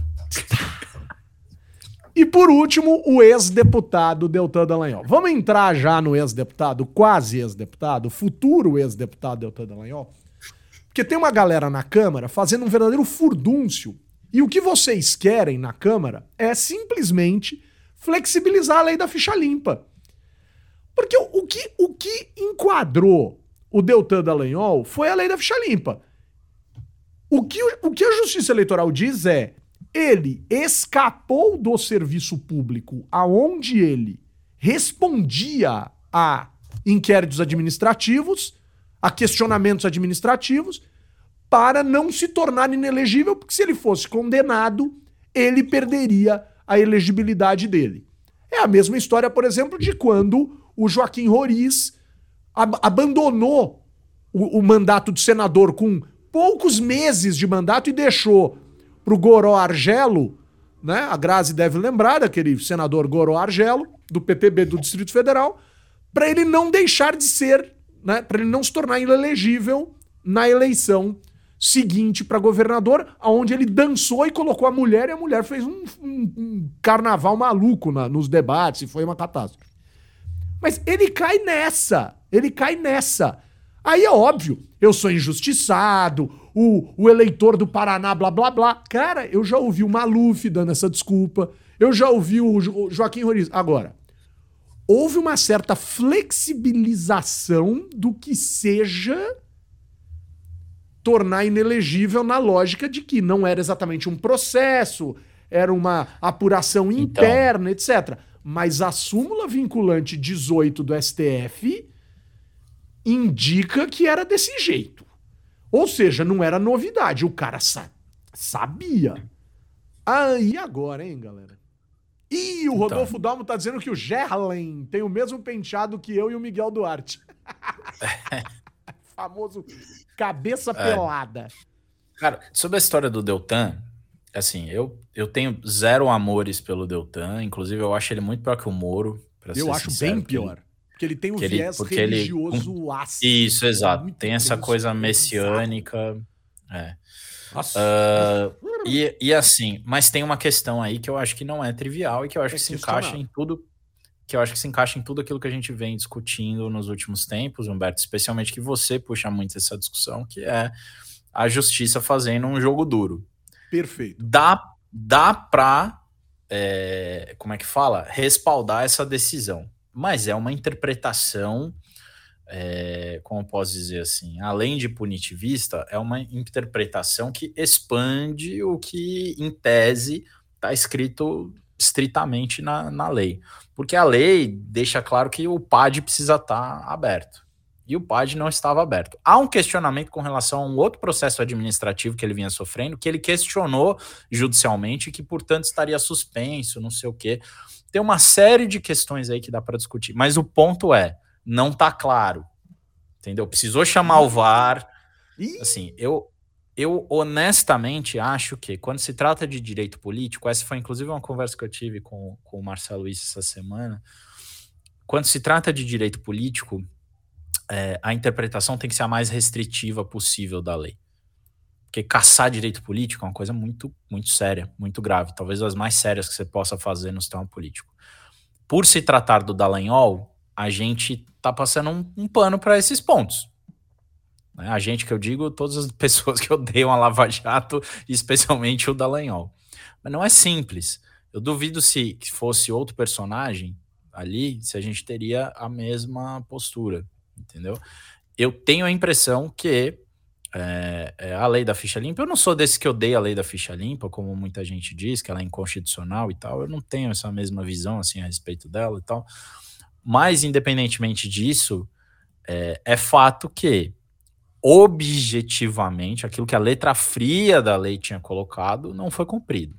E por último, o ex-deputado Deltan Dallagnol. Vamos entrar já no ex-deputado, quase ex-deputado, futuro ex-deputado Deltan Dallagnol? Porque tem uma galera na Câmara fazendo um verdadeiro furdúncio. E o que vocês querem na Câmara é simplesmente flexibilizar a lei da ficha limpa. Porque o, o que, o que enquadrou o Deltan Dallagnol foi a lei da ficha limpa. O que, o que a Justiça Eleitoral diz é: ele escapou do serviço público aonde ele respondia a inquéritos administrativos, a questionamentos administrativos, para não se tornar inelegível, porque se ele fosse condenado, ele perderia a elegibilidade dele. É a mesma história, por exemplo, de quando o Joaquim Roriz ab- abandonou o, o mandato de senador com poucos meses de mandato e deixou pro Goró Argelo, né? A Grazi deve lembrar daquele senador Goró Argelo, do P T B do Distrito Federal, para ele não deixar de ser, né? Para ele não se tornar inelegível na eleição seguinte para governador, onde ele dançou e colocou a mulher, e a mulher fez um, um, um carnaval maluco na, nos debates, e foi uma catástrofe. Mas ele cai nessa, ele cai nessa. Aí é óbvio, eu sou injustiçado, o, o eleitor do Paraná, blá, blá, blá. Cara, eu já ouvi o Maluf dando essa desculpa, eu já ouvi o, jo, o Joaquim Roriz. Agora, houve uma certa flexibilização do que seja tornar inelegível na lógica de que não era exatamente um processo, era uma apuração interna, então, etcétera. Mas a súmula vinculante dezoito do S T F indica que era desse jeito. Ou seja, não era novidade, o cara sa- sabia. Ah, e agora, hein, galera? Ih, o Rodolfo então. Dalmo tá dizendo que o Gerlen tem o mesmo penteado que eu e o Miguel Duarte. Famoso cabeça é. pelada. Cara, sobre a história do Deltan, assim, eu, eu tenho zero amores pelo Deltan, inclusive eu acho ele muito pior que o Moro. Eu acho sincero, bem pior. Ele, porque ele tem um viés ele, religioso ele, ácido. Isso, exato. Tem essa coisa messiânica. É. Nossa. Uh, e, e assim, mas tem uma questão aí que eu acho que não é trivial e que eu acho é que se encaixa em tudo, que eu acho que se encaixa em tudo aquilo que a gente vem discutindo nos últimos tempos, Humberto, especialmente que você puxa muito essa discussão, que é a justiça fazendo um jogo duro. Perfeito. Dá, dá pra, é, como é que fala? Respaldar essa decisão, mas é uma interpretação, é, como eu posso dizer assim, além de punitivista, é uma interpretação que expande o que, em tese, está escrito estritamente na, na lei. Porque a lei deixa claro que o P A D precisa estar aberto. E o P A D não estava aberto. Há um questionamento com relação a um outro processo administrativo que ele vinha sofrendo, que ele questionou judicialmente, que, portanto, estaria suspenso, não sei o quê. Tem uma série de questões aí que dá para discutir. Mas o ponto é, não está claro. Entendeu? Precisou chamar o V A R. Assim, eu... Eu honestamente acho que quando se trata de direito político, essa foi inclusive uma conversa que eu tive com, com o Marcelo Issa essa semana, quando se trata de direito político, é, a interpretação tem que ser a mais restritiva possível da lei. Porque caçar direito político é uma coisa muito, muito séria, muito grave, talvez as mais sérias que você possa fazer no sistema político. Por se tratar do Dallagnol, a gente está passando um, um pano para esses pontos. A gente que eu digo, todas as pessoas que odeiam a Lava Jato, especialmente o Dallagnol. Mas não é simples. Eu duvido se fosse outro personagem ali, se a gente teria a mesma postura, entendeu? Eu tenho a impressão que é, é a lei da ficha limpa, eu não sou desse que odeia a lei da ficha limpa, como muita gente diz, que ela é inconstitucional e tal, eu não tenho essa mesma visão assim, a respeito dela e tal. Mas, independentemente disso, é, é fato que objetivamente, aquilo que a letra fria da lei tinha colocado não foi cumprido.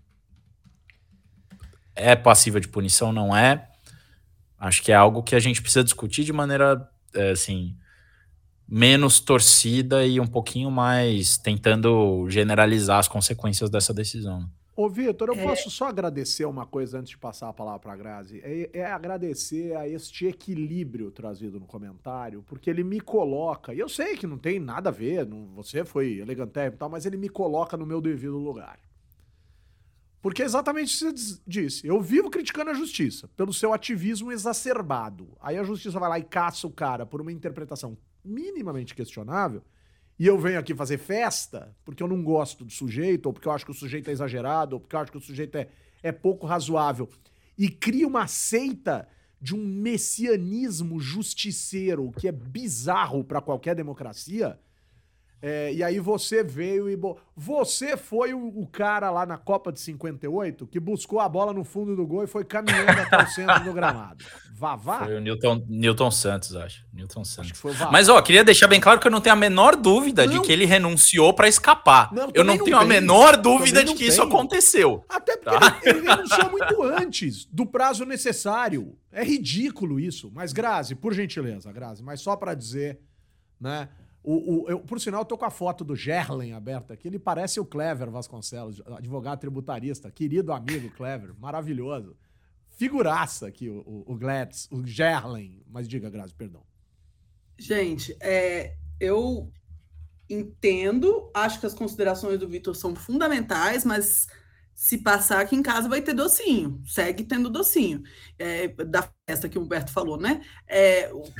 É passível de punição? Não é. Acho que é algo que a gente precisa discutir de maneira, é, assim, menos torcida e um pouquinho mais tentando generalizar as consequências dessa decisão. Ô, Vitor, eu é... posso só agradecer uma coisa antes de passar a palavra para a Grazi? É, é agradecer a este equilíbrio trazido no comentário, porque ele me coloca, e eu sei que não tem nada a ver, não, você foi elegantérrimo e tal, mas ele me coloca no meu devido lugar. Porque é exatamente o que você disse. Eu vivo criticando a justiça pelo seu ativismo exacerbado. Aí a justiça vai lá e caça o cara por uma interpretação minimamente questionável, e eu venho aqui fazer festa porque eu não gosto do sujeito, ou porque eu acho que o sujeito é exagerado, ou porque eu acho que o sujeito é, é pouco razoável, e cria uma seita de um messianismo justiceiro que é bizarro para qualquer democracia. É, e aí você veio e... Bo... Você foi o, o cara lá na Copa de cinquenta e oito que buscou a bola no fundo do gol e foi caminhando até o centro do gramado. Vavá? Foi o Newton, Newton Santos, acho. Newton Santos. Acho que foi o Vavá. Mas, ó, queria deixar bem claro que eu não tenho a menor dúvida não. de que ele renunciou para escapar. Não, eu não, não tenho tenho. a menor dúvida de que tenho. isso aconteceu. Até porque tá? ele, ele renunciou muito antes do prazo necessário. É ridículo isso. Mas, Grazi, por gentileza, Grazi, mas só para dizer, né... O, o, eu, por sinal, eu tô com a foto do Gerlen aberta aqui. Ele parece o Clever Vasconcelos, advogado tributarista. Querido amigo Clever, maravilhoso. Figuraça aqui, o, o, o Gladys, o Gerlen. Mas diga, Grazi, perdão. Gente, é, eu entendo, acho que as considerações do Vitor são fundamentais, mas se passar aqui em casa vai ter docinho, segue tendo docinho. É, da festa que o Humberto falou, né? É, o...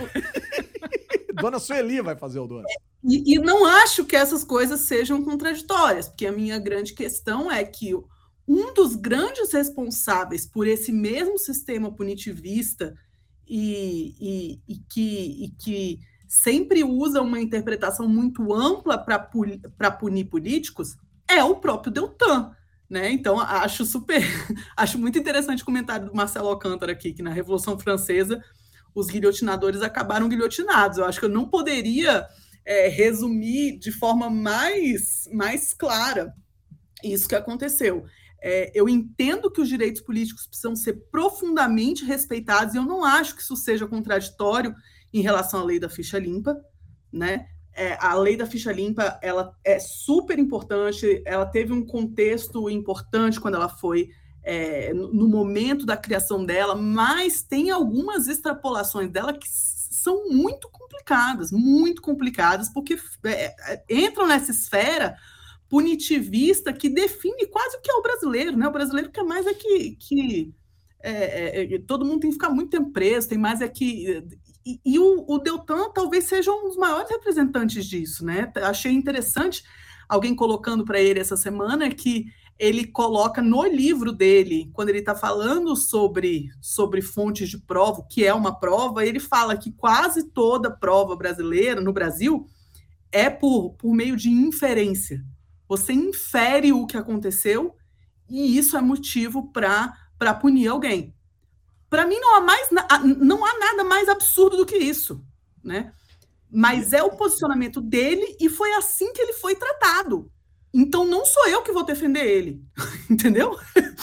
Dona Sueli vai fazer o doce. E, e não acho que essas coisas sejam contraditórias, porque a minha grande questão é que um dos grandes responsáveis por esse mesmo sistema punitivista e, e, e, que, e que sempre usa uma interpretação muito ampla para punir políticos é o próprio Deltan. Né? Então, acho super, acho muito interessante o comentário do Marcelo Alcântara aqui, que na Revolução Francesa os guilhotinadores acabaram guilhotinados. Eu acho que eu não poderia é, resumir de forma mais, mais clara isso que aconteceu. É, eu entendo que os direitos políticos precisam ser profundamente respeitados, e eu não acho que isso seja contraditório em relação à lei da ficha limpa, né? É, a lei da ficha limpa, ela é super importante, ela teve um contexto importante quando ela foi, é, no momento da criação dela, mas tem algumas extrapolações dela que são muito complicadas, muito complicadas, porque é, entram nessa esfera punitivista que define quase o que é o brasileiro, né? O brasileiro quer mais é que, que é, é, todo mundo tem que ficar muito tempo preso, tem mais é que... E, e o, o Deltan talvez seja um dos maiores representantes disso, né? Achei interessante alguém colocando para ele essa semana que ele coloca no livro dele, quando ele está falando sobre, sobre fontes de prova, que é uma prova, ele fala que quase toda prova brasileira, no Brasil, é por, por meio de inferência. Você infere o que aconteceu e isso é motivo para punir alguém. Para mim, não há, mais, não há nada mais absurdo do que isso, né? Mas é o posicionamento dele e foi assim que ele foi tratado. Então, não sou eu que vou defender ele, entendeu?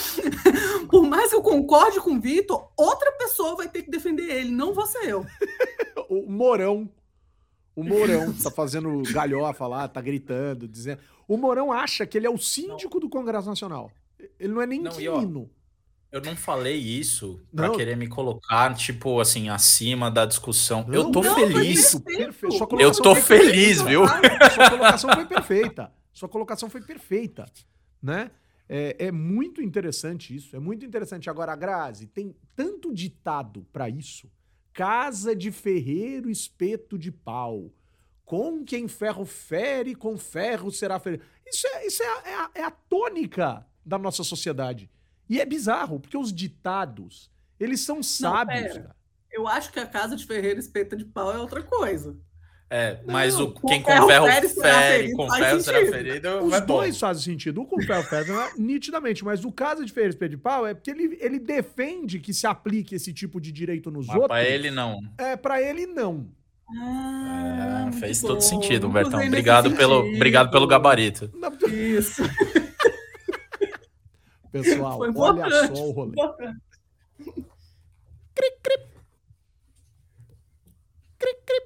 Por mais que eu concorde com o Vitor, outra pessoa vai ter que defender ele, não vou ser eu. O Mourão, o Mourão tá fazendo galhofa lá, tá gritando, dizendo... O Mourão acha que ele é o síndico não. do Congresso Nacional. Ele não é nem inquilino. Eu não falei isso pra não. querer me colocar, tipo, assim, acima da discussão. Não, eu tô não, feliz. Perfeito. Sua eu tô feliz, viu? Sua colocação foi perfeita. Sua colocação foi perfeita, né? É, é muito interessante isso, é muito interessante. Agora, a Grazi, tem tanto ditado pra isso. Casa de ferreiro, espeto de pau. Com quem ferro fere, com ferro será ferido. Isso é, isso é, a, é, a, é a tônica da nossa sociedade. E é bizarro, porque os ditados, eles são sábios. Não, cara. Eu acho que a casa de ferreiro espeta de pau é outra coisa. É, mas não, o, quem com ferro fere, fere com ferro será ferido. Os é dois bom. fazem sentido. O com ferro fere nitidamente, mas o caso de ferreiro espeta de pau é porque ele, ele defende que se aplique esse tipo de direito nos mas outros. Pra ele não. É, pra ele não. Ah, é, fez todo sentido, Bertão. Obrigado pelo, obrigado pelo gabarito. Isso. Pessoal, olha só o rolê. Cri, cri. Cri, cri.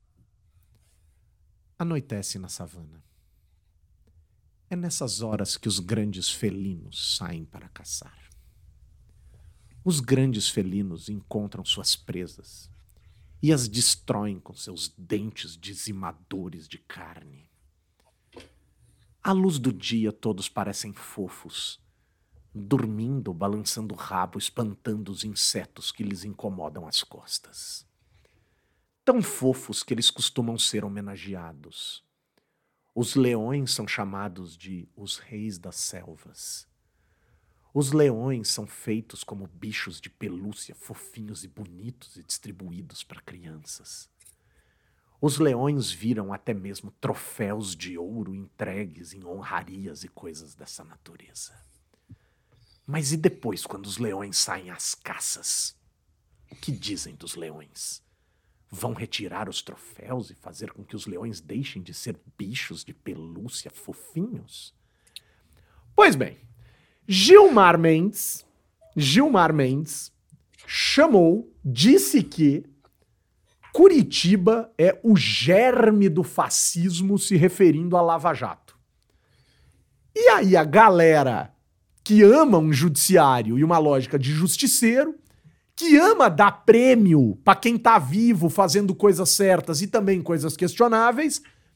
Anoitece na savana. É nessas horas que os grandes felinos saem para caçar. Os grandes felinos encontram suas presas e as destroem com seus dentes dizimadores de carne. À luz do dia, todos parecem fofos, dormindo, balançando o rabo, espantando os insetos que lhes incomodam as costas. Tão fofos que eles costumam ser homenageados. Os leões são chamados de os reis das selvas. Os leões são feitos como bichos de pelúcia, fofinhos e bonitos e distribuídos para crianças. Os leões viram até mesmo troféus de ouro entregues em honrarias e coisas dessa natureza. Mas e depois, quando os leões saem às caças? O que dizem dos leões? Vão retirar os troféus e fazer com que os leões deixem de ser bichos de pelúcia fofinhos? Pois bem, Gilmar Mendes, Gilmar Mendes chamou, disse que Curitiba é o germe do fascismo, se referindo a Lava Jato. E aí a galera que ama um judiciário e uma lógica de justiceiro, que ama dar prêmio para quem tá vivo fazendo coisas certas e também coisas questionáveis,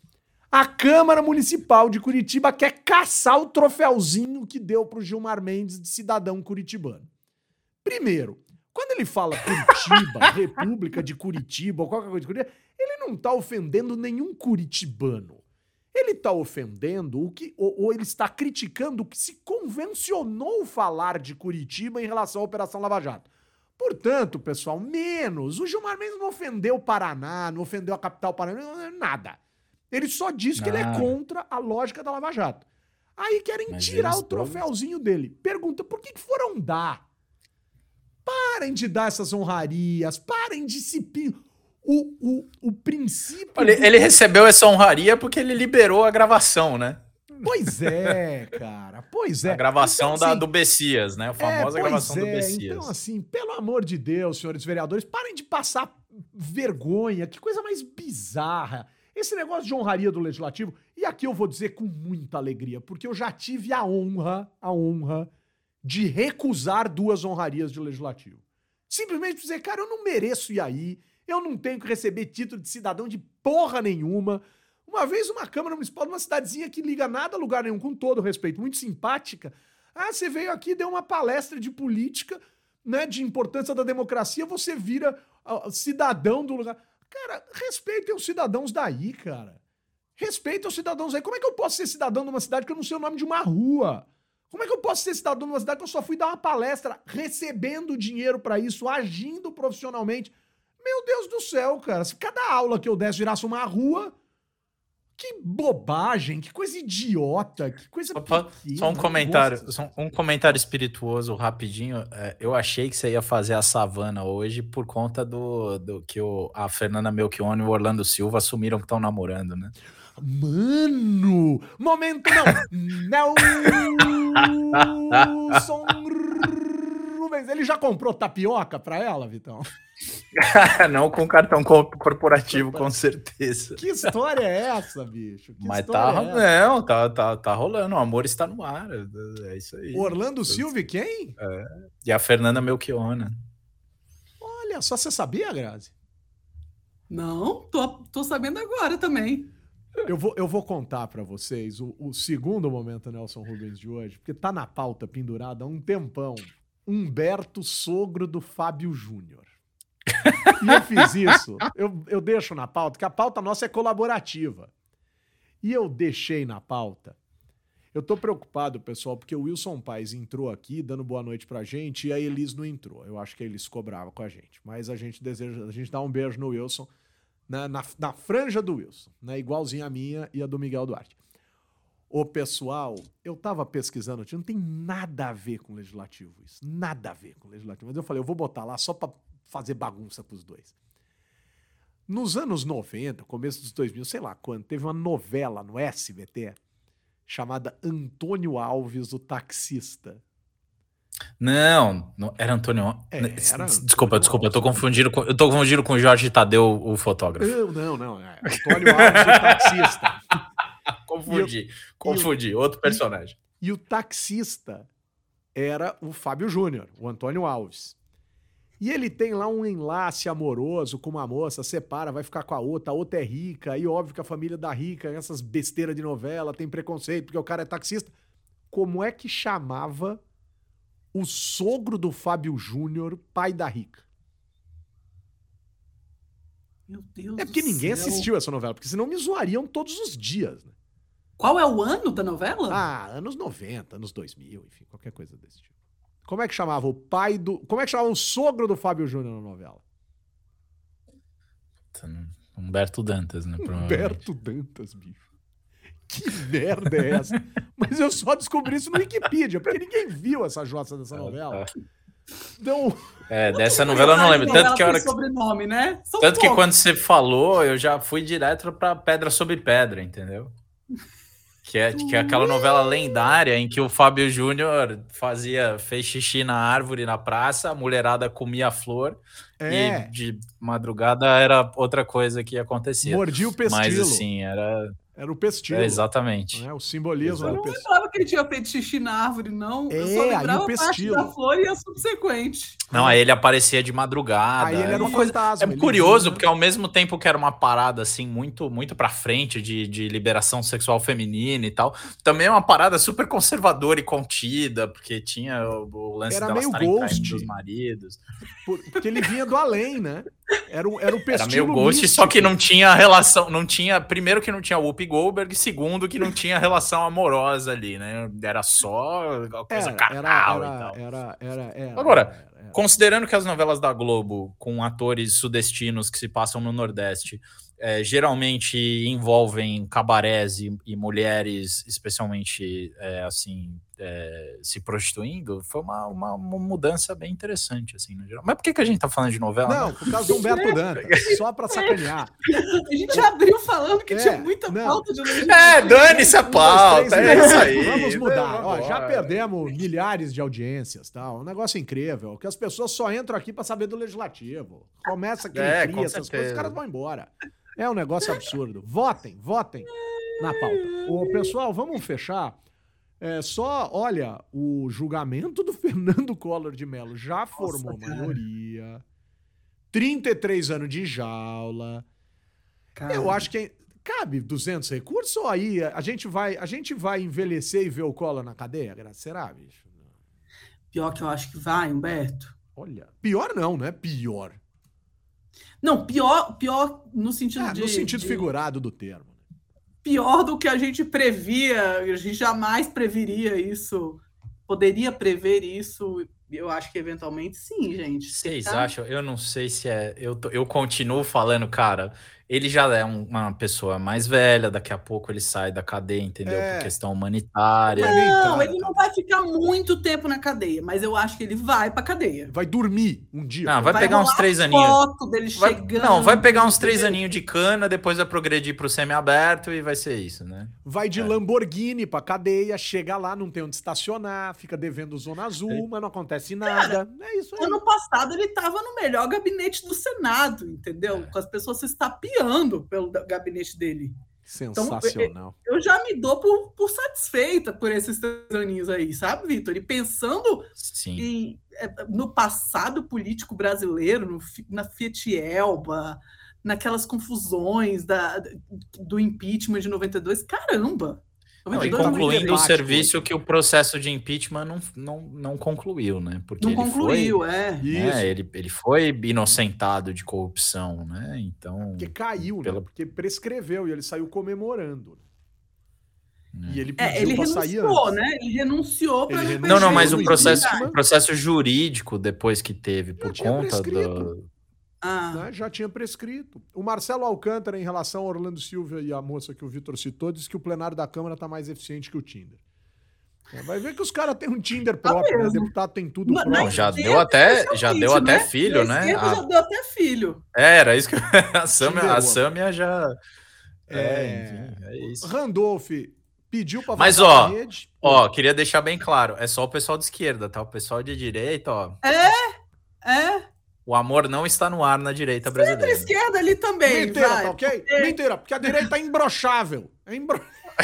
A Câmara Municipal de Curitiba quer caçar o troféuzinho que deu pro Gilmar Mendes de cidadão curitibano. Primeiro, quando ele fala Curitiba, República de Curitiba, ou qualquer coisa de Curitiba, ele não tá ofendendo nenhum curitibano. Ele tá ofendendo o que, ou, ou ele está criticando o que se convencionou falar de Curitiba em relação à Operação Lava Jato. Portanto, pessoal, menos. O Gilmar Mendes não ofendeu o Paraná, não ofendeu a capital Paraná, nada. Ele só disse que ele é contra a lógica da Lava Jato. Aí querem Mas tirar o troféuzinho todos... dele. Pergunta, por que, que foram dar? Parem de dar essas honrarias, parem de se... O, o, o princípio... Ele, do... ele recebeu essa honraria porque ele liberou a gravação, né? Pois é, cara, pois é. A gravação então, da, assim, do Bessias, né? A famosa é, gravação é. do Bessias. Então, assim, pelo amor de Deus, senhores vereadores, parem de passar vergonha. Que coisa mais bizarra. Esse negócio de honraria do Legislativo, e aqui eu vou dizer com muita alegria, porque eu já tive a honra, a honra de recusar duas honrarias de Legislativo. Simplesmente dizer, cara, eu não mereço ir aí, eu não tenho que receber título de cidadão de porra nenhuma. Uma vez uma Câmara Municipal de uma cidadezinha que liga nada a lugar nenhum, com todo respeito, muito simpática. Ah, você veio aqui, deu uma palestra de política, né, de importância da democracia, você vira uh, cidadão do lugar. Cara, respeitem os cidadãos daí, cara. Respeitem os cidadãos daí. Como é que eu posso ser cidadão de uma cidade que eu não sei o nome de uma rua? Como é que eu posso ser cidadão de uma cidade que eu só fui dar uma palestra recebendo dinheiro pra isso, agindo profissionalmente? Meu Deus do céu, cara. Se cada aula que eu desse virasse uma rua... Que bobagem, que coisa idiota, que coisa só, pequena, só um comentário, só um comentário espirituoso rapidinho. É, eu achei que você ia fazer a savana hoje por conta do, do que o, a Fernanda Melchione e o Orlando Silva assumiram que estão namorando, né? Mano, momento não, Nelson Rubens, ele já comprou tapioca pra ela, Vitão? Não com cartão corporativo, com certeza. Que história é essa, bicho? Que Mas tá, é não, tá, tá, tá rolando, o amor está no ar, é isso aí. Orlando Silva e quem? É, e a Fernanda Melchione. Olha, só você sabia, Grazi? Não, tô, tô sabendo agora também. Eu vou, eu vou contar pra vocês o, o segundo momento Nelson Rubens de hoje, porque tá na pauta pendurada há um tempão. Humberto, sogro do Fábio Júnior. E eu fiz isso, eu, eu deixo na pauta, porque a pauta nossa é colaborativa. E eu deixei na pauta. Eu tô preocupado, pessoal, porque o Wilson Paes entrou aqui dando boa noite pra gente e a Elis não entrou. Eu acho que a Elis cobrava com a gente. Mas a gente deseja, a gente dá um beijo no Wilson, na, na, na franja do Wilson, né? Igualzinho a minha e a do Miguel Duarte. Ô, pessoal, eu tava pesquisando, não tem nada a ver com legislativo isso. Nada a ver com legislativo. Mas eu falei, eu vou botar lá só pra fazer bagunça com os dois. Nos anos noventa, começo dos dois mil, sei lá quando, teve uma novela no S B T chamada Antônio Alves, o taxista. Não, não era Antônio é, era Desculpa, Antônio desculpa, Alves. eu tô confundindo com, eu tô confundindo com o Jorge Tadeu, o fotógrafo. Não, não, não. É Antônio Alves, o taxista. Confundi, e confundi, o, outro personagem. E, e o taxista era o Fábio Júnior, o Antônio Alves. E ele tem lá um enlace amoroso com uma moça, separa, vai ficar com a outra, a outra é rica, e óbvio que a família da rica, essas besteiras de novela, tem preconceito, porque o cara é taxista. Como é que chamava o sogro do Fábio Júnior, pai da rica? Meu Deus É porque do ninguém céu. assistiu essa novela, porque senão me zoariam todos os dias, né? Qual é o ano da novela? Ah, anos noventa, anos dois mil, enfim, qualquer coisa desse tipo. Como é que chamava o pai do... Como é que chamava o sogro do Fábio Júnior na novela? Humberto Dantas, né? Humberto Dantas, bicho. Que merda é essa? Mas eu só descobri isso no Wikipedia, porque ninguém viu essa jossa dessa novela. Então... É, dessa novela eu não lembro. Tanto que, a hora que... sobrenome, né? São Tanto que poucos. quando você falou, eu já fui direto pra Pedra sobre Pedra, entendeu? Que é, que é aquela novela lendária em que o Fábio Júnior fazia, fez xixi na árvore na praça, a mulherada comia a flor É. e de madrugada era outra coisa que acontecia. Mordia o pestilo. Mas assim, era... Era o pestilo. É, exatamente. Né? O simbolismo Eu era não o pestilo. lembrava que ele tinha feito xixi na árvore, não. Eu só É, aí lembrava o a parte pestilo. da flor e a subsequente. Não, aí ele aparecia de madrugada. Aí ele é era um uma coisa- fantasma. É ele curioso, vinha- porque ao mesmo tempo que era uma parada assim, muito, muito pra frente de, de liberação sexual feminina e tal, também é uma parada super conservadora e contida, porque tinha o, o lance Era delas meio estarem Ghost. traindo os maridos. por- Porque ele vinha do além, né? Era, um, era o Era pestilo meio Ghost, místico. só que não tinha relação, não tinha, primeiro que não tinha Whoopi Goldberg, segundo que não tinha relação amorosa ali, né? Era só uma coisa Era, carnal era, e tal. era, era, era, era, Agora, era, era. Considerando que as novelas da Globo, com atores sudestinos que se passam no Nordeste, é, geralmente envolvem cabarés e, e mulheres, especialmente é, assim, é, se prostituindo, foi uma, uma, uma mudança bem interessante, assim, no geral. Mas por que, que a gente tá falando de novela? Não, por causa do Humberto Dantas, só pra sacanear. A gente abriu falando que É, tinha muita não. falta de lei. É, dane-se a Um, dois, pauta, três, é né? isso aí. Vamos mudar. Ó, Vamos já embora. perdemos milhares de audiências, tal. Um negócio incrível. Que as pessoas só entram aqui pra saber do legislativo. Começa quem É, cria com essas certeza. coisas, os caras vão embora. É um negócio absurdo. Votem, votem na pauta. Ô, pessoal, vamos fechar. É, só, olha, o julgamento do Fernando Collor de Mello já formou cara. maioria. trinta e três anos de jaula. Cara, Eu acho que cabe duzentos recursos ou aí a gente vai, a gente vai envelhecer e ver o Collor na cadeia? Será, bicho? Pior que eu acho que vai, Humberto. Olha, pior não, não é pior. Não, pior, pior no sentido Ah, de... no sentido de- figurado do termo. Pior do que a gente previa, a gente jamais preveria isso, poderia prever isso, eu acho que eventualmente sim, gente. Vocês Tá? acham? Eu não sei se é. Eu, tô- eu continuo falando, cara. Ele já é um- uma pessoa mais velha, daqui a pouco ele sai da cadeia, entendeu? É. Por questão humanitária. Mas nem Não, tanto, ele não cara. vai ficar muito tempo na cadeia, mas eu acho que ele vai pra cadeia. Vai dormir um dia. Não, vai pegar uns rolar três aninhos. foto dele Vai- chegando. não, vai pegar uns três entendeu? aninhos de cana, depois vai progredir pro semi-aberto e vai ser isso, né? Vai de É. Lamborghini pra cadeia, chega lá, não tem onde estacionar, fica devendo zona azul, mas não acontece nada. É isso aí. Ano passado ele estava no melhor gabinete do Senado, entendeu? Com as pessoas se estapeando pelo da- gabinete dele. Sensacional. Eu já me dou por, por satisfeita por esses três aninhos aí, sabe, Vitor? E pensando Sim. em, é, no passado político brasileiro, no fi- na Fiat Elba, naquelas confusões da, do impeachment de noventa e dois, caramba! Não, e noventa e dois, concluindo o debate serviço hoje. que o processo de impeachment não, não, não concluiu, né? Porque não ele concluiu, foi, é. Isso. né, ele, ele foi inocentado de corrupção, né? Então. Porque caiu, Pela- né? Porque prescreveu e ele saiu comemorando. né. E ele pediu É, ele pra sair renunciou, antes. né? Ele renunciou para Ele Não, não, mas o Impeachment. processo, o processo jurídico depois que teve por tinha conta prescrito. do. Ah, Né, já tinha prescrito. O Marcelo Alcântara, em relação ao Orlando Silva e a moça que o Vitor citou, disse que o plenário da Câmara está mais eficiente que o Tinder. É, vai ver que os caras têm um Tinder próprio, né? mesmo. Deputado tem tudo Na- próprio. Não, já esquerda, deu até, já especialmente, deu até né? filho, Na né? esquerda A- já deu até filho. É, era isso que a Sâmia, Tinder a Woman. Sâmia já. É, É, enfim, é isso. Randolph pediu pra Mas, vazar ó, da rede. Ó, queria deixar bem claro, é só o pessoal de esquerda, tá? O pessoal de direita, ó. É, O amor não está no ar na direita centro brasileira. esquerda ali também. Mentira, vai. tá ok? Mentira, porque a direita é imbrochável. É imbro...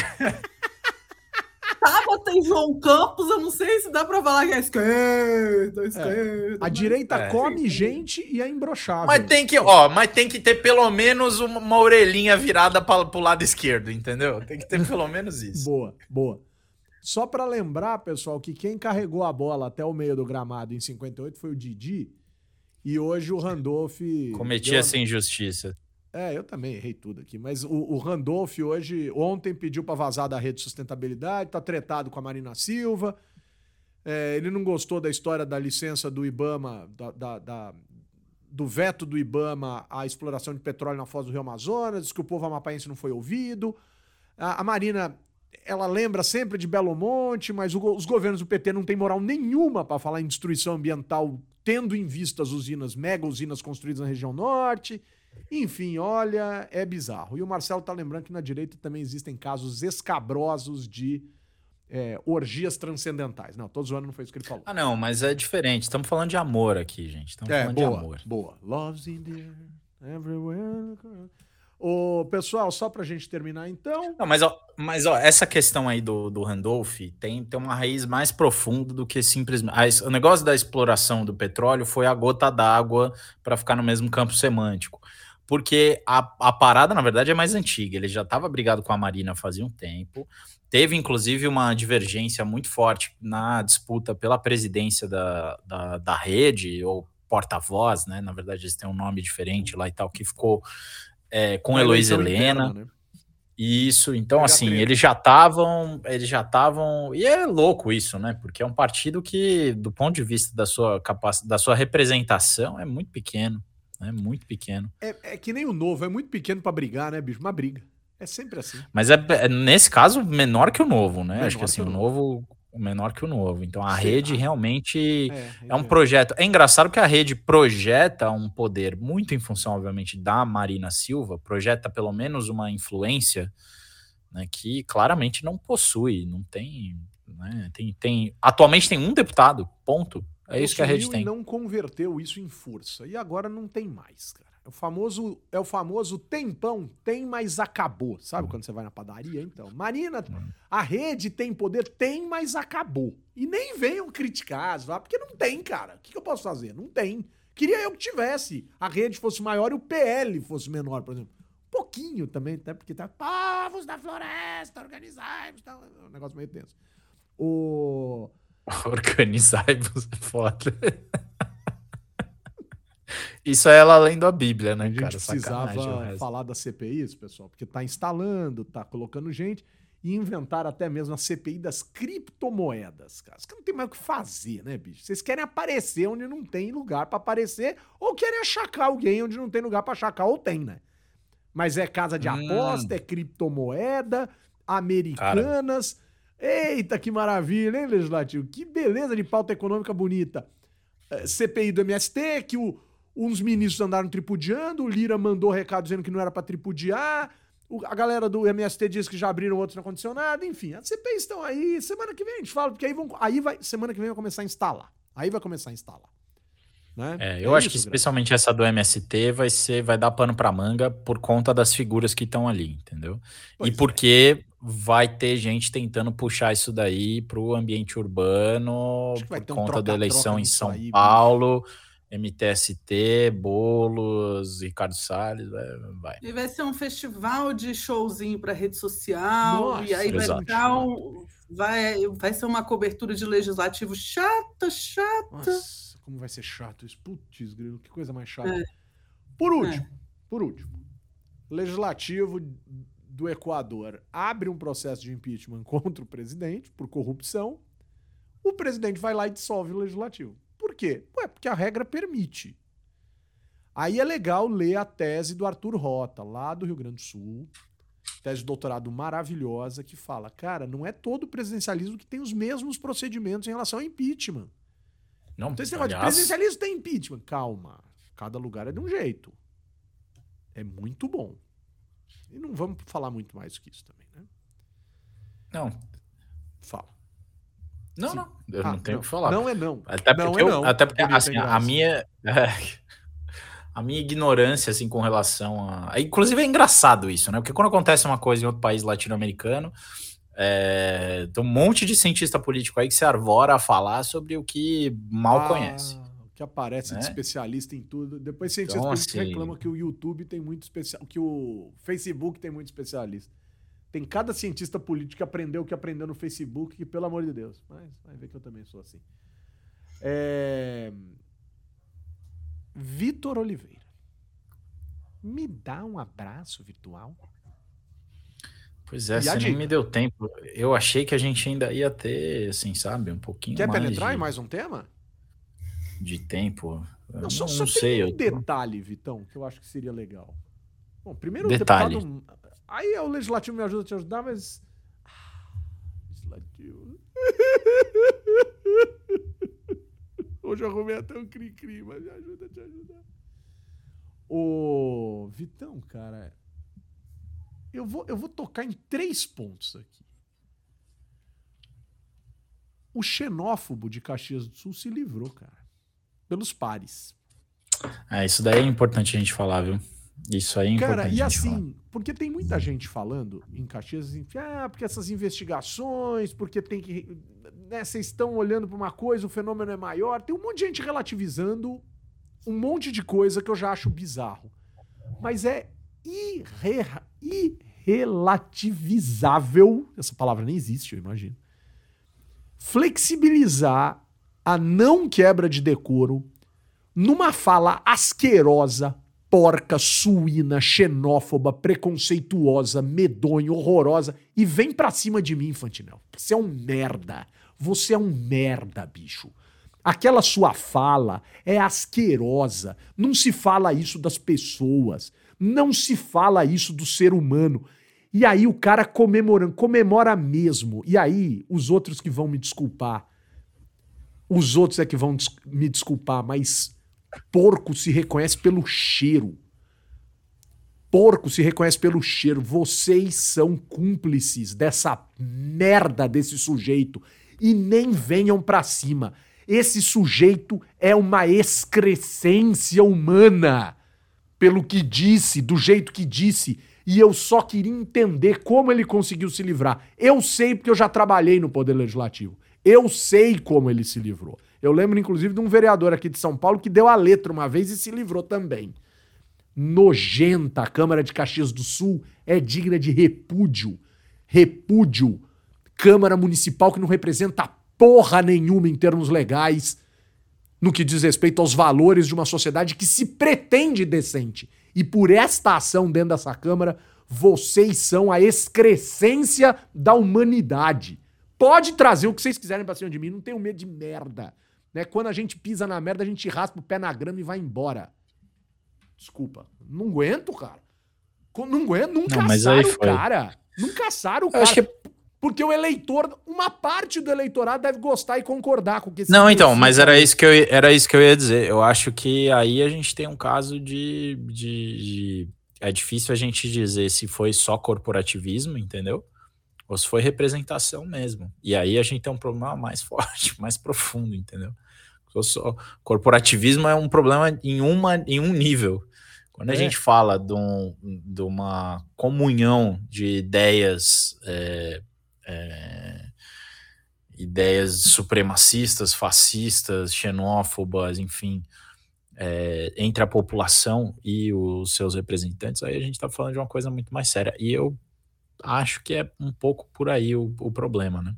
Tabata e João Campos, eu não sei se dá pra falar que é esquerda, esquerda. A mas- direita É. come gente e é imbrochável. Mas tem que, ó, mas tem que ter pelo menos uma, uma orelhinha virada para pro lado esquerdo, entendeu? Tem que ter pelo menos isso. Boa, boa. Só pra lembrar, pessoal, que quem carregou a bola até o meio do gramado em cinquenta e oito foi o Didi. E hoje o Randolph... Cometi deu a- essa injustiça. É, eu também errei tudo aqui. Mas o, o Randolph hoje, ontem, pediu pra vazar da rede de sustentabilidade, tá tretado com a Marina Silva. É, ele não gostou da história da licença do Ibama, da, da- da- do veto do Ibama à exploração de petróleo na foz do Rio Amazonas, diz que o povo amapaense não foi ouvido. A, a Marina, ela lembra sempre de Belo Monte, mas o go- os governos do P T não têm moral nenhuma para falar em destruição ambiental, tendo em vista as usinas, mega usinas construídas na região norte. Enfim, olha, é bizarro. E o Marcelo tá lembrando que na direita também existem casos escabrosos de é, orgias transcendentais. Não, tô zoando, não foi isso que ele falou. Ah, não, mas é diferente. Estamos falando de amor aqui, gente. Estamos É, falando boa, de amor. boa. Love's in the air, everywhere. Ô, Ô, pessoal, só pra gente terminar, então... Não, mas, ó, mas ó, essa questão aí do, do Randolph tem, tem uma raiz mais profunda do que simplesmente... O negócio da exploração do petróleo foi a gota d'água para ficar no mesmo campo semântico. Porque a, a parada, na verdade, é mais antiga. Ele já estava brigado com a Marina fazia um tempo. Teve, inclusive, uma divergência muito forte na disputa pela presidência da, da, da rede, ou porta-voz, né? Na verdade, eles têm um nome diferente lá e tal, que ficou... É, com Heloísa Helena, interna, né? Isso, então Pega assim, eles já estavam, eles já estavam, e é louco isso, né, porque é um partido que, do ponto de vista da sua capacidade, da sua representação, é muito pequeno, é muito pequeno. É, é que nem o Novo, é muito pequeno pra brigar, né, bicho, uma briga, é sempre assim. Mas é, é nesse caso, menor que o Novo, né, menor acho que assim, que o Novo... novo menor que o Novo. Então a Sim, rede ah. realmente é, é um projeto. É engraçado que a rede projeta um poder muito em função, obviamente, da Marina Silva, projeta pelo menos uma influência, né, que claramente não possui, não tem, né, tem, tem. Atualmente tem um deputado, ponto. É isso que a rede tem. E não converteu isso em força. E agora não tem mais, cara. É o famoso, é o famoso tempão, tem, mas acabou. Sabe quando você vai na padaria? Então, Marina, a rede tem poder, tem, mas acabou. E nem venham criticar, porque não tem, cara. O que eu posso fazer? Não tem. Queria eu que tivesse. A rede fosse maior e o P L fosse menor, por exemplo. Um pouquinho também, até porque tá povos da floresta, organizai-vos, tá um negócio meio tenso. O... Organizai-vos é foda. Isso é ela lendo a Bíblia, né, a gente cara? Precisava falar da C P I, isso, pessoal, porque tá instalando, tá colocando gente e inventaram até mesmo a C P I das criptomoedas, cara. Isso que não tem mais o que fazer, né, bicho? Vocês querem aparecer onde não tem lugar pra aparecer ou querem achacar alguém onde não tem lugar pra achacar, ou tem, né? Mas é casa de hum. aposta, é criptomoeda, americanas. Cara. Eita, que maravilha, hein, Legislativo? Que beleza de pauta econômica bonita. C P I do M S T, que o uns ministros andaram tripudiando, o Lira mandou recado dizendo que não era pra tripudiar, o, a galera do M S T diz que já abriram outros não aconteceu nada, enfim, as C P Is estão aí, semana que vem a gente fala, porque aí, vão, aí vai, semana que vem vai começar a instalar, aí vai começar a instalar. Né? É, eu é acho isso, que especialmente grande. Essa do M S T vai, ser, vai dar pano pra manga por conta das figuras que estão ali, entendeu? Pois e porque é. vai ter gente tentando puxar isso daí pro ambiente urbano, por um conta troca, da eleição em São aí, Paulo... Bicho. M T S T, Boulos, Ricardo Salles, vai. E vai ser um festival de showzinho para rede social, Nossa, e aí vai, ficar um, vai, vai ser uma cobertura de legislativo chata, chata. Nossa, como vai ser chato isso. Putz, grilo, que coisa mais chata. É. Por último, é. por último, legislativo do Equador abre um processo de impeachment contra o presidente por corrupção, o presidente vai lá e dissolve o legislativo. Por quê? Ué, porque a regra permite. Aí é legal ler a tese do Arthur Rota, lá do Rio Grande do Sul, tese de doutorado maravilhosa, que fala, cara, não é todo presidencialismo que tem os mesmos procedimentos em relação ao impeachment. Não, então esse negócio aliás... de presidencialismo tem impeachment. Calma, cada lugar é de um jeito. É muito bom. E não vamos falar muito mais do que isso também, né? Não. Fala. Não, Sim. não, eu ah, não tenho o que falar. Não é não. Até porque, não eu, é não. Até porque assim, a minha a minha ignorância assim com relação a... Inclusive é engraçado isso, né? Porque quando acontece uma coisa em outro país latino-americano, é... tem um monte de cientista político aí que se arvora a falar sobre o que mal ah, conhece. O que aparece né? de especialista em tudo. Depois cientistas então, políticos assim... reclamam que o YouTube tem muito especial, que o Facebook tem muito especialista. Tem cada cientista político que aprendeu o que aprendeu no Facebook, que, pelo amor de Deus. Mas vai ver que eu também sou assim. É... Vitor Oliveira. Me dá um abraço virtual? Pois é, você nem me deu tempo. Eu achei que a gente ainda ia ter, assim, sabe, um pouquinho Quer mais penetrar de... em mais um tema? De tempo? Não, não, só, não só sei. Tem um eu... detalhe, Vitão, que eu acho que seria legal. Bom, primeiro detalhe. o deputado... Aí o legislativo me ajuda a te ajudar, mas... Ah, legislativo... Hoje eu arrumei até um cri-cri, mas me ajuda a te ajudar. Ô, Vitão, cara... Eu vou, eu vou tocar em três pontos aqui. O xenófobo de Caxias do Sul se livrou, cara. Pelos pares. É, isso daí é importante a gente falar, viu? Isso aí é Cara, importante. e assim, porque tem muita gente falando em Caxias, assim, ah, porque essas investigações, porque tem que... Né, vocês estão olhando para uma coisa, o fenômeno é maior. Tem um monte de gente relativizando um monte de coisa que eu já acho bizarro. Mas é irre... irrelativizável, essa palavra nem existe, eu imagino, flexibilizar a não quebra de decoro numa fala asquerosa, porca, suína, xenófoba, preconceituosa, medonha, horrorosa, e vem pra cima de mim, Fantinel. Você é um merda. Você é um merda, bicho. Aquela sua fala é asquerosa. Não se fala isso das pessoas. Não se fala isso do ser humano. E aí o cara comemorando, comemora mesmo. E aí os outros que vão me desculpar, os outros é que vão des- me desculpar, mas porco se reconhece pelo cheiro. Porco se reconhece pelo cheiro. Vocês são cúmplices dessa merda desse sujeito. E nem venham pra cima. Esse sujeito é uma excrescência humana. Pelo que disse, do jeito que disse. E eu só queria entender como ele conseguiu se livrar. Eu sei porque eu já trabalhei no Poder Legislativo. Eu sei como ele se livrou. Eu lembro, inclusive, de um vereador aqui de São Paulo que deu a letra uma vez e se livrou também. Nojenta. A Câmara de Caxias do Sul é digna de repúdio. Repúdio. Câmara Municipal que não representa porra nenhuma em termos legais no que diz respeito aos valores de uma sociedade que se pretende decente. E por esta ação dentro dessa Câmara, vocês são a excrescência da humanidade. Pode trazer o que vocês quiserem pra cima de mim, não tenho medo de merda. Né? Quando a gente pisa na merda, a gente raspa o pé na grama e vai embora. Desculpa. Não aguento, cara. Não aguento, não caçaram o cara. Não caçaram o cara. Eu acho que... Porque o eleitor, uma parte do eleitorado deve gostar e concordar com o que esse Não, então, mas era isso, que eu, era isso que eu ia dizer. Eu acho que aí a gente tem um caso de, de, de... É difícil a gente dizer se foi só corporativismo, entendeu? Ou se foi representação mesmo. E aí a gente tem um problema mais forte, mais profundo, entendeu? Só... Corporativismo é um problema em, uma, em um nível. Quando a é. gente fala de, um, de uma comunhão de ideias... É, É, ideias supremacistas, fascistas, xenófobas, enfim, é, entre a população e os seus representantes, aí a gente está falando de uma coisa muito mais séria. E eu acho que é um pouco por aí o, o problema, né?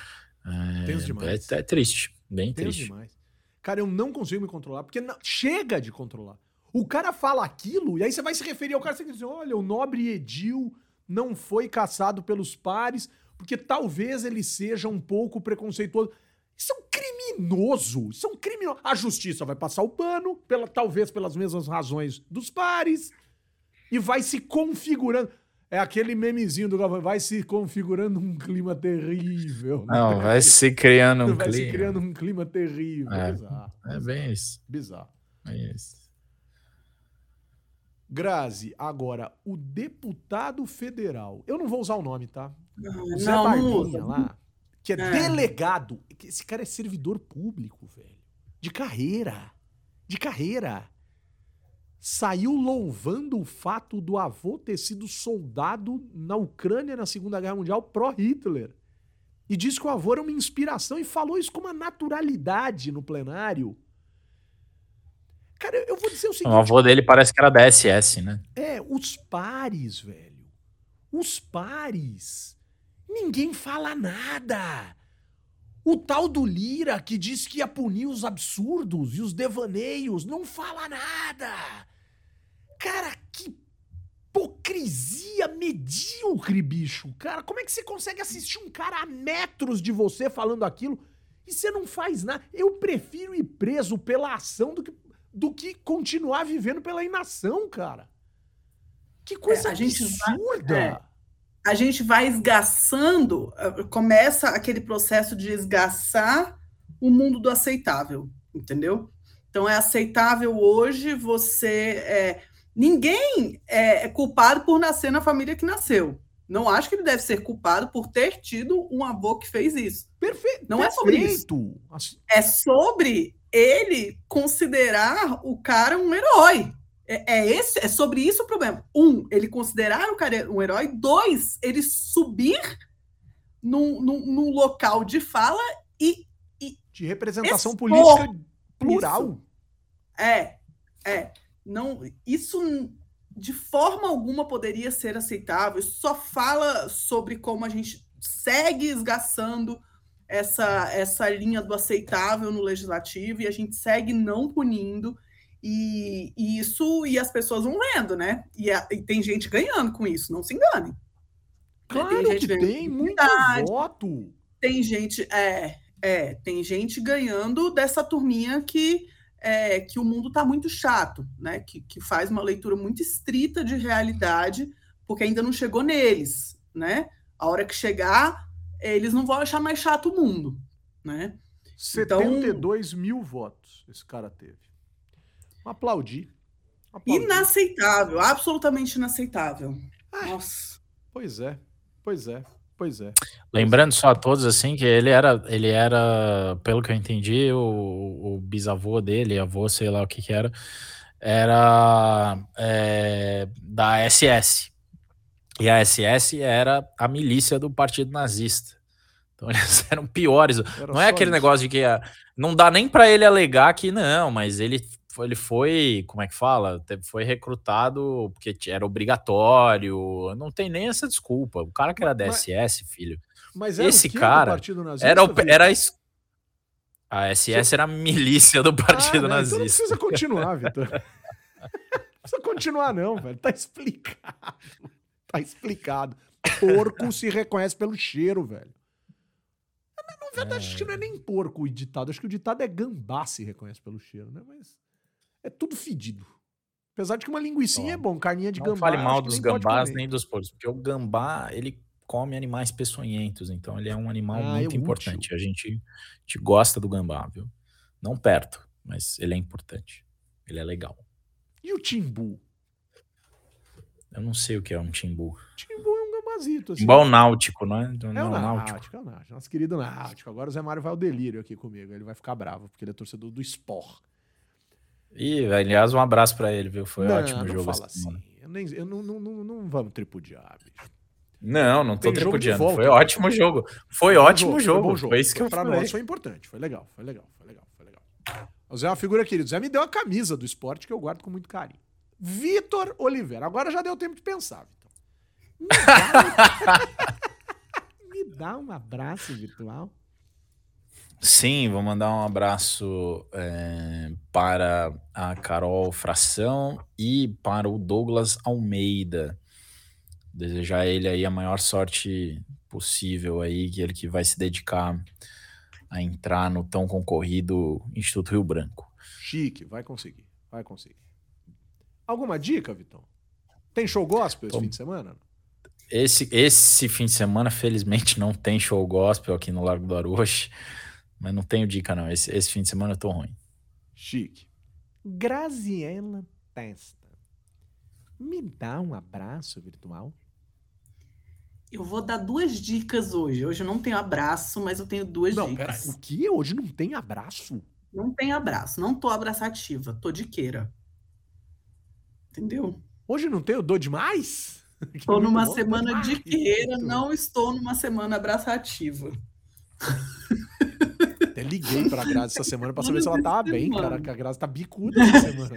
É, é, é triste, bem Tenso triste. Demais. Cara, eu não consigo me controlar, porque não, chega de controlar. O cara fala aquilo, e aí você vai se referir ao cara, você diz, olha, o nobre Edil não foi caçado pelos pares, porque talvez ele seja um pouco preconceituoso. Isso é um criminoso. Isso é um criminoso. A justiça vai passar o pano, pela, talvez pelas mesmas razões dos pares, e vai se configurando. É aquele memezinho do Galvão, vai se configurando um clima terrível. Não, né? vai se criando um vai clima. Vai se criando um clima terrível. É, bizarro, é bizarro, bem isso. Bizarro. É isso. Grazi, agora, o deputado federal, eu não vou usar o nome, tá? O Zé não, Barbinha não. lá, que é, é delegado, esse cara é servidor público, velho, de carreira, de carreira, saiu louvando o fato do avô ter sido soldado na Ucrânia na Segunda Guerra Mundial pró-Hitler, e disse que o avô era uma inspiração e falou isso com uma naturalidade no plenário. Cara, eu vou dizer o seguinte... O avô dele parece que era da S S, né? É, os pares, velho. Os pares. Ninguém fala nada. O tal do Lira, que diz que ia punir os absurdos e os devaneios, não fala nada. Cara, que hipocrisia medíocre, bicho. Cara, como é que você consegue assistir um cara a metros de você falando aquilo e você não faz nada? Eu prefiro ir preso pela ação do que... do que continuar vivendo pela inação, cara. Que coisa é, a gente absurda. Vai, é, a gente vai esgaçando, começa aquele processo de esgaçar o mundo do aceitável, entendeu? Então, é aceitável hoje você... É, ninguém é, é culpado por nascer na família que nasceu. Não acho que ele deve ser culpado por ter tido um avô que fez isso. Perfeito. Não perfeito. É sobre isso. É sobre... ele considerar o cara um herói, É, é, esse, é sobre isso o problema. Um, ele considerar o cara um herói. Dois, ele subir num, num, num local de fala e... e de representação expor política plural. Isso. É, é. Não, isso de forma alguma poderia ser aceitável. Isso só fala sobre como a gente segue esgaçando essa, essa linha do aceitável no legislativo e a gente segue não punindo. E, e isso, e as pessoas vão vendo, né? E, a, e tem gente ganhando com isso, não se enganem. Claro tem gente que tem muito voto. Tem gente, é, é, tem gente ganhando dessa turminha que, é, que o mundo está muito chato, né? Que, que faz uma leitura muito estrita de realidade, porque ainda não chegou neles, né? A hora que chegar, eles não vão achar mais chato o mundo, né? setenta e dois então, mil votos esse cara teve. Aplaudi. Aplaudi. Inaceitável, absolutamente inaceitável. Ah, Nossa. Pois é, pois é, pois é. Lembrando só a todos, assim, que ele era, ele era, pelo que eu entendi, o, o bisavô dele, avô, sei lá o que que era, era é, da S S. E a S S era a milícia do Partido Nazista. Então eles eram piores. Era não é aquele isso. negócio de que não dá nem pra ele alegar que não, mas ele... Ele foi, como é que fala? Foi recrutado porque era obrigatório. Não tem nem essa desculpa. O cara que era da S S, mas, filho. Mas era esse o cara Partido Nazista, era, o, era a S S Você... era a milícia do Partido ah, não, Nazista. Então não precisa continuar, Vitor. Não precisa continuar, não, velho. Tá explicado. Tá explicado. Porco se reconhece pelo cheiro, velho. Na verdade, é... acho que não é nem porco o ditado. Acho que o ditado é gambá se reconhece pelo cheiro, né? Mas... é tudo fedido. Apesar de que uma linguicinha é bom, carninha de não gambá. Não fale mal dos gambás nem dos porcos, porque o gambá, ele come animais peçonhentos, então ele é um animal ah, muito é importante. Útil. A gente, a gente gosta do gambá, viu? Não perto, mas ele é importante. Ele é legal. E o timbu? Eu não sei o que é um timbu. Timbu é um gambazito. Assim. Igual o náutico, não é? Não, é o náutico. náutico. É o náutico. Nosso querido náutico. Agora o Zé Mário vai ao delírio aqui comigo. Ele vai ficar bravo, porque ele é torcedor do Sport. E, aliás, um abraço pra ele, viu? Foi não, ótimo o não jogo. Fala assim. Eu, nem, eu não, não, não, não vamos tripudiar, bicho. Não, não tô Tem tripudiando. Volta, foi ótimo jogo. Foi ótimo jogo. Foi, bom jogo. Foi isso que eu pra falei. nós foi importante. Foi legal, foi legal, foi legal, foi legal. O Zé é uma figura querida. O Zé me deu a camisa do esporte que eu guardo com muito carinho. Vitor Oliveira. Agora já deu tempo de pensar, Vitor. Me dá, me dá um abraço virtual. Sim, vou mandar um abraço é, para a Carol Fração e para o Douglas Almeida. Desejar a ele aí a maior sorte possível aí, que ele que vai se dedicar a entrar no tão concorrido Instituto Rio Branco. Chique, vai conseguir, vai conseguir. Alguma dica, Vitão? Tem show gospel esse Tom, fim de semana? Esse, esse fim de semana, felizmente, não tem show gospel aqui no Largo do Aroche. Mas não tenho dica, não. Esse, esse fim de semana eu tô ruim. Chique. Graziela Testa. Me dá um abraço virtual? Eu vou dar duas dicas hoje. Hoje eu não tenho abraço, mas eu tenho duas não, dicas. Pera, o que? Hoje não tem abraço? Não tem abraço. Não tô abraçativa. Tô diqueira. Entendeu? Hoje não tem? Eu dou demais? Tô numa bom, semana diqueira. Não estou numa semana abraçativa. Até liguei pra Grazi essa semana pra saber se ela tava bem, cara, que a Grazi tá bicuda essa semana.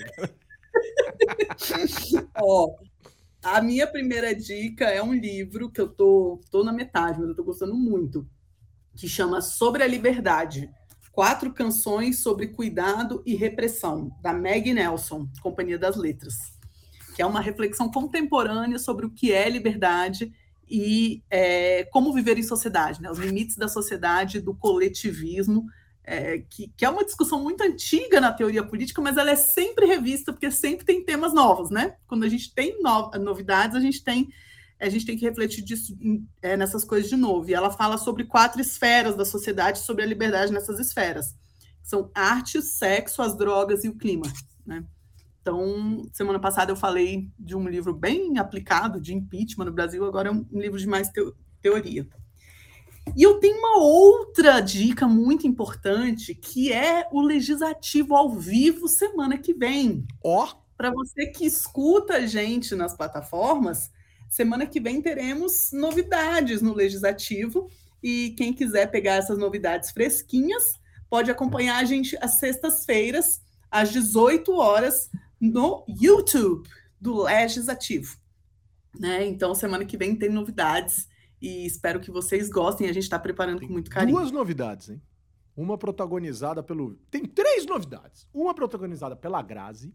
Ó, a minha primeira dica é um livro que eu tô, tô na metade, mas eu tô gostando muito, que chama Sobre a Liberdade. Quatro canções sobre cuidado e repressão, da Meg Nelson, Companhia das Letras, que é uma reflexão contemporânea sobre o que é liberdade e é, como viver em sociedade, né? Os limites da sociedade, do coletivismo, é, que, que é uma discussão muito antiga na teoria política, mas ela é sempre revista, porque sempre tem temas novos, né? Quando a gente tem no, novidades, a gente tem, a gente tem que refletir disso, é, nessas coisas de novo. E ela fala sobre quatro esferas da sociedade, sobre a liberdade nessas esferas. São arte, sexo, as drogas e o clima, né? Então, semana passada eu falei de um livro bem aplicado de impeachment no Brasil, agora é um livro de mais teo- teoria. E eu tenho uma outra dica muito importante, que é o Legislativo ao vivo semana que vem. Ó! Oh. para você que escuta a gente nas plataformas, semana que vem teremos novidades no Legislativo e quem quiser pegar essas novidades fresquinhas pode acompanhar a gente às sextas-feiras, às dezoito horas, no YouTube do Legislativo. Né? Então, semana que vem tem novidades e espero que vocês gostem. A gente está preparando tem com muito carinho. Duas novidades, hein? Uma protagonizada pelo... Tem três novidades. Uma protagonizada pela Grazi,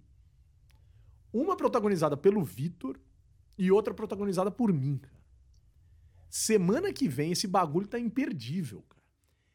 uma protagonizada pelo Vitor e outra protagonizada por mim, cara. Semana que vem esse bagulho tá imperdível, cara.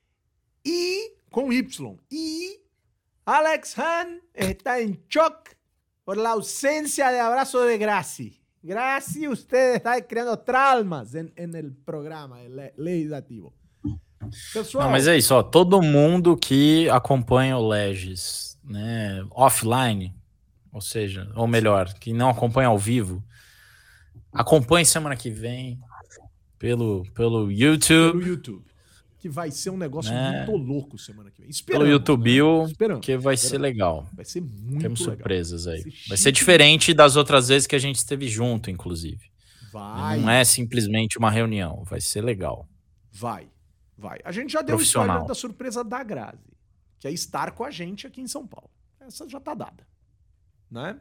E, com Y, e Alex Han está em choque por la ausencia de abrazo de Grazi. Grazi, usted está criando traumas en, en el programa le, legislativo. Pessoal, não, mas é isso, ó, todo mundo que acompanha o Legis, né, offline, ou seja, ou melhor, que não acompanha ao vivo, acompanhe semana que vem pelo, pelo YouTube. Pelo YouTube. Que vai ser um negócio né? muito louco semana que vem. Esperamos, pelo YouTube, né? que vai Esperamos. ser legal. Vai ser muito Temos legal. surpresas aí. Vai ser, vai ser diferente das outras vezes que a gente esteve junto, inclusive. Vai. Não é simplesmente uma reunião, vai ser legal. Vai, vai. A gente já deu o spoiler da surpresa da Grazi, que é estar com a gente aqui em São Paulo. Essa já tá dada, né?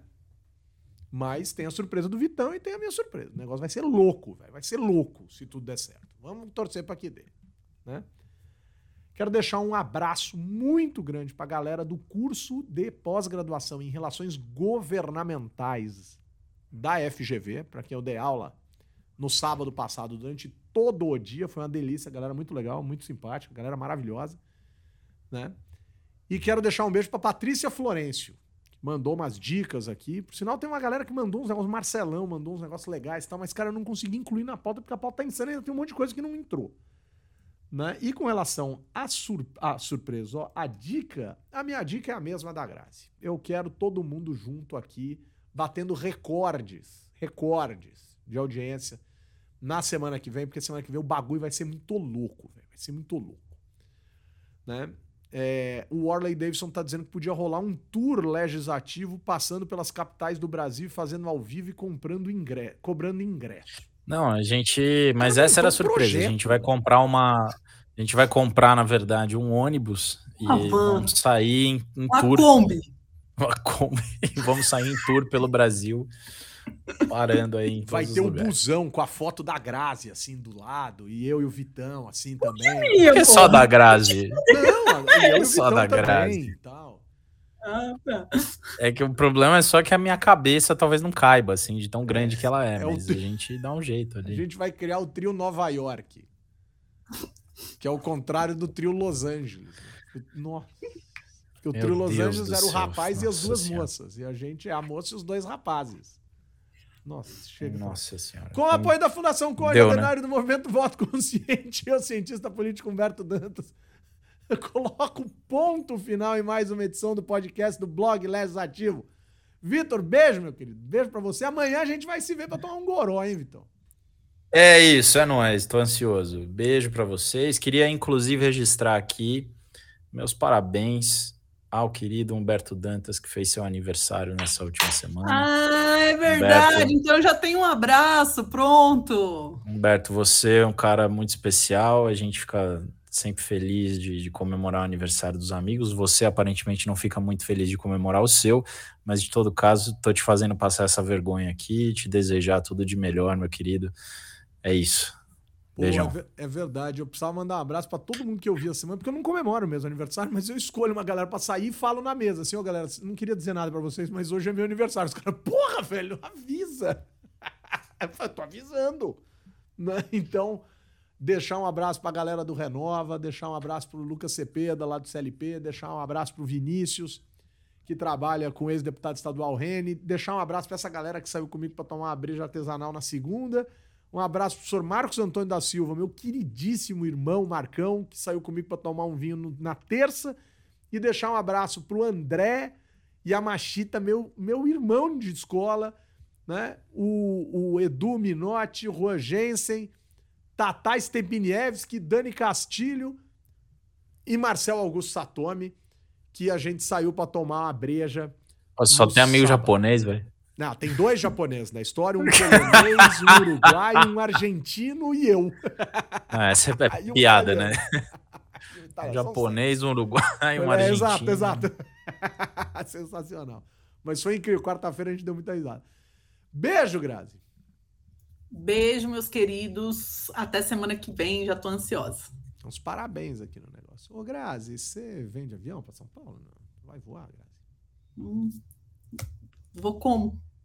Mas tem a surpresa do Vitão e tem a minha surpresa. O negócio vai ser louco, velho. Vai ser louco se tudo der certo. Vamos torcer pra que dê, né? Quero deixar um abraço muito grande pra galera do curso de pós-graduação em Relações Governamentais da F G V, pra quem eu dei aula no sábado passado durante todo o dia. Foi uma delícia, galera muito legal, muito simpática, galera maravilhosa, né? E quero deixar um beijo pra Patrícia Florencio, mandou umas dicas aqui. Por sinal, tem uma galera que mandou uns negócios, Marcelão mandou uns negócios legais e tal, mas, cara, eu não consegui incluir na pauta porque a pauta tá insana e ainda tem um monte de coisa que não entrou, né? E com relação à sur a surpresa, ó, a dica, a minha dica é a mesma da Grazi. Eu quero todo mundo junto aqui, batendo recordes, recordes de audiência na semana que vem, porque semana que vem o bagulho vai ser muito louco, véio, vai ser muito louco, né? É, o Warley Davidson tá dizendo que podia rolar um tour legislativo passando pelas capitais do Brasil, fazendo ao vivo e comprando ingresso, cobrando ingresso. Não, a gente... Mas não, essa era a um surpresa. projeto, a gente vai comprar uma... A gente vai comprar, na verdade, um ônibus e Uma van. vamos sair em, em Uma tour. Kombi. Uma Kombi. E vamos sair em tour pelo Brasil, parando aí em todos Vai os ter um lugares. busão com a foto da Grazi, assim, do lado, e eu e o Vitão, assim, também. Por que só da Grazi? Não, e eu e o Só Vitão da também Grazi. e tal. Ah, tá. É que o problema é só que a minha cabeça talvez não caiba, assim, de tão grande que ela é. É o mas tri- a gente dá um jeito A ali. gente vai criar o trio Nova York, que é o contrário do trio Los Angeles. Nossa. Porque o Meu trio Los Deus Angeles do era o céu, rapaz e as nossa duas senhora. moças. E a gente é a moça e os dois rapazes. Nossa, chega. Nossa senhora. Com o apoio da Fundação Conde, Deu, ordinário do Movimento Voto Consciente, eu, cientista político Humberto Dantas, eu coloco ponto final em mais uma edição do podcast do blog Legislativo. Vitor, beijo, meu querido. Beijo pra você. Amanhã a gente vai se ver pra tomar um goró, hein, Vitão? É isso, é nóis, tô ansioso. Beijo pra vocês. Queria, inclusive, registrar aqui meus parabéns ao querido Humberto Dantas, que fez seu aniversário nessa última semana. Ah, é verdade. Humberto. Então já tem um abraço, pronto. Humberto, você é um cara muito especial, a gente fica sempre feliz de, de comemorar o aniversário dos amigos. Você aparentemente não fica muito feliz de comemorar o seu, mas de todo caso, tô te fazendo passar essa vergonha aqui, te desejar tudo de melhor, meu querido. É isso. Pô, Beijão. é, ver- é verdade, eu precisava mandar um abraço pra todo mundo que eu vi essa semana, porque eu não comemoro mesmo aniversário, mas eu escolho uma galera pra sair e falo na mesa, assim, ó, galera, não queria dizer nada pra vocês, mas hoje é meu aniversário. Os caras, porra, velho, avisa. Eu falei, tô avisando. Né? Então, deixar um abraço pra galera do Renova, deixar um abraço pro Lucas Cepeda, lá do C L P, deixar um abraço pro Vinícius, que trabalha com o ex-deputado estadual Rene, deixar um abraço pra essa galera que saiu comigo pra tomar uma breja artesanal na segunda. Um abraço pro senhor Marcos Antônio da Silva, meu queridíssimo irmão Marcão, que saiu comigo para tomar um vinho no- na terça. E deixar um abraço pro André e a Machita, meu, meu irmão de escola, né? O, o Edu Minotti, o Juan Jensen, Tata Stepiniewski, Dani Castilho e Marcel Augusto Satomi, que a gente saiu para tomar uma breja Só tem amigo sábado. japonês, velho. Não, tem dois japoneses na história, um polonês, um uruguaio, um argentino e eu. Ah, essa é piada, um né? Tá, um japonês, um uruguaio, um é, argentino. Exato, exato. Sensacional. Mas foi incrível. Quarta-feira a gente deu muita risada. Beijo, Grazi. Beijo, meus queridos. Até semana que vem, já tô ansiosa. Uns parabéns aqui no negócio. Ô, Grazi, você vem de avião para São Paulo? Não? Vai voar, Grazi? Hum, vou como?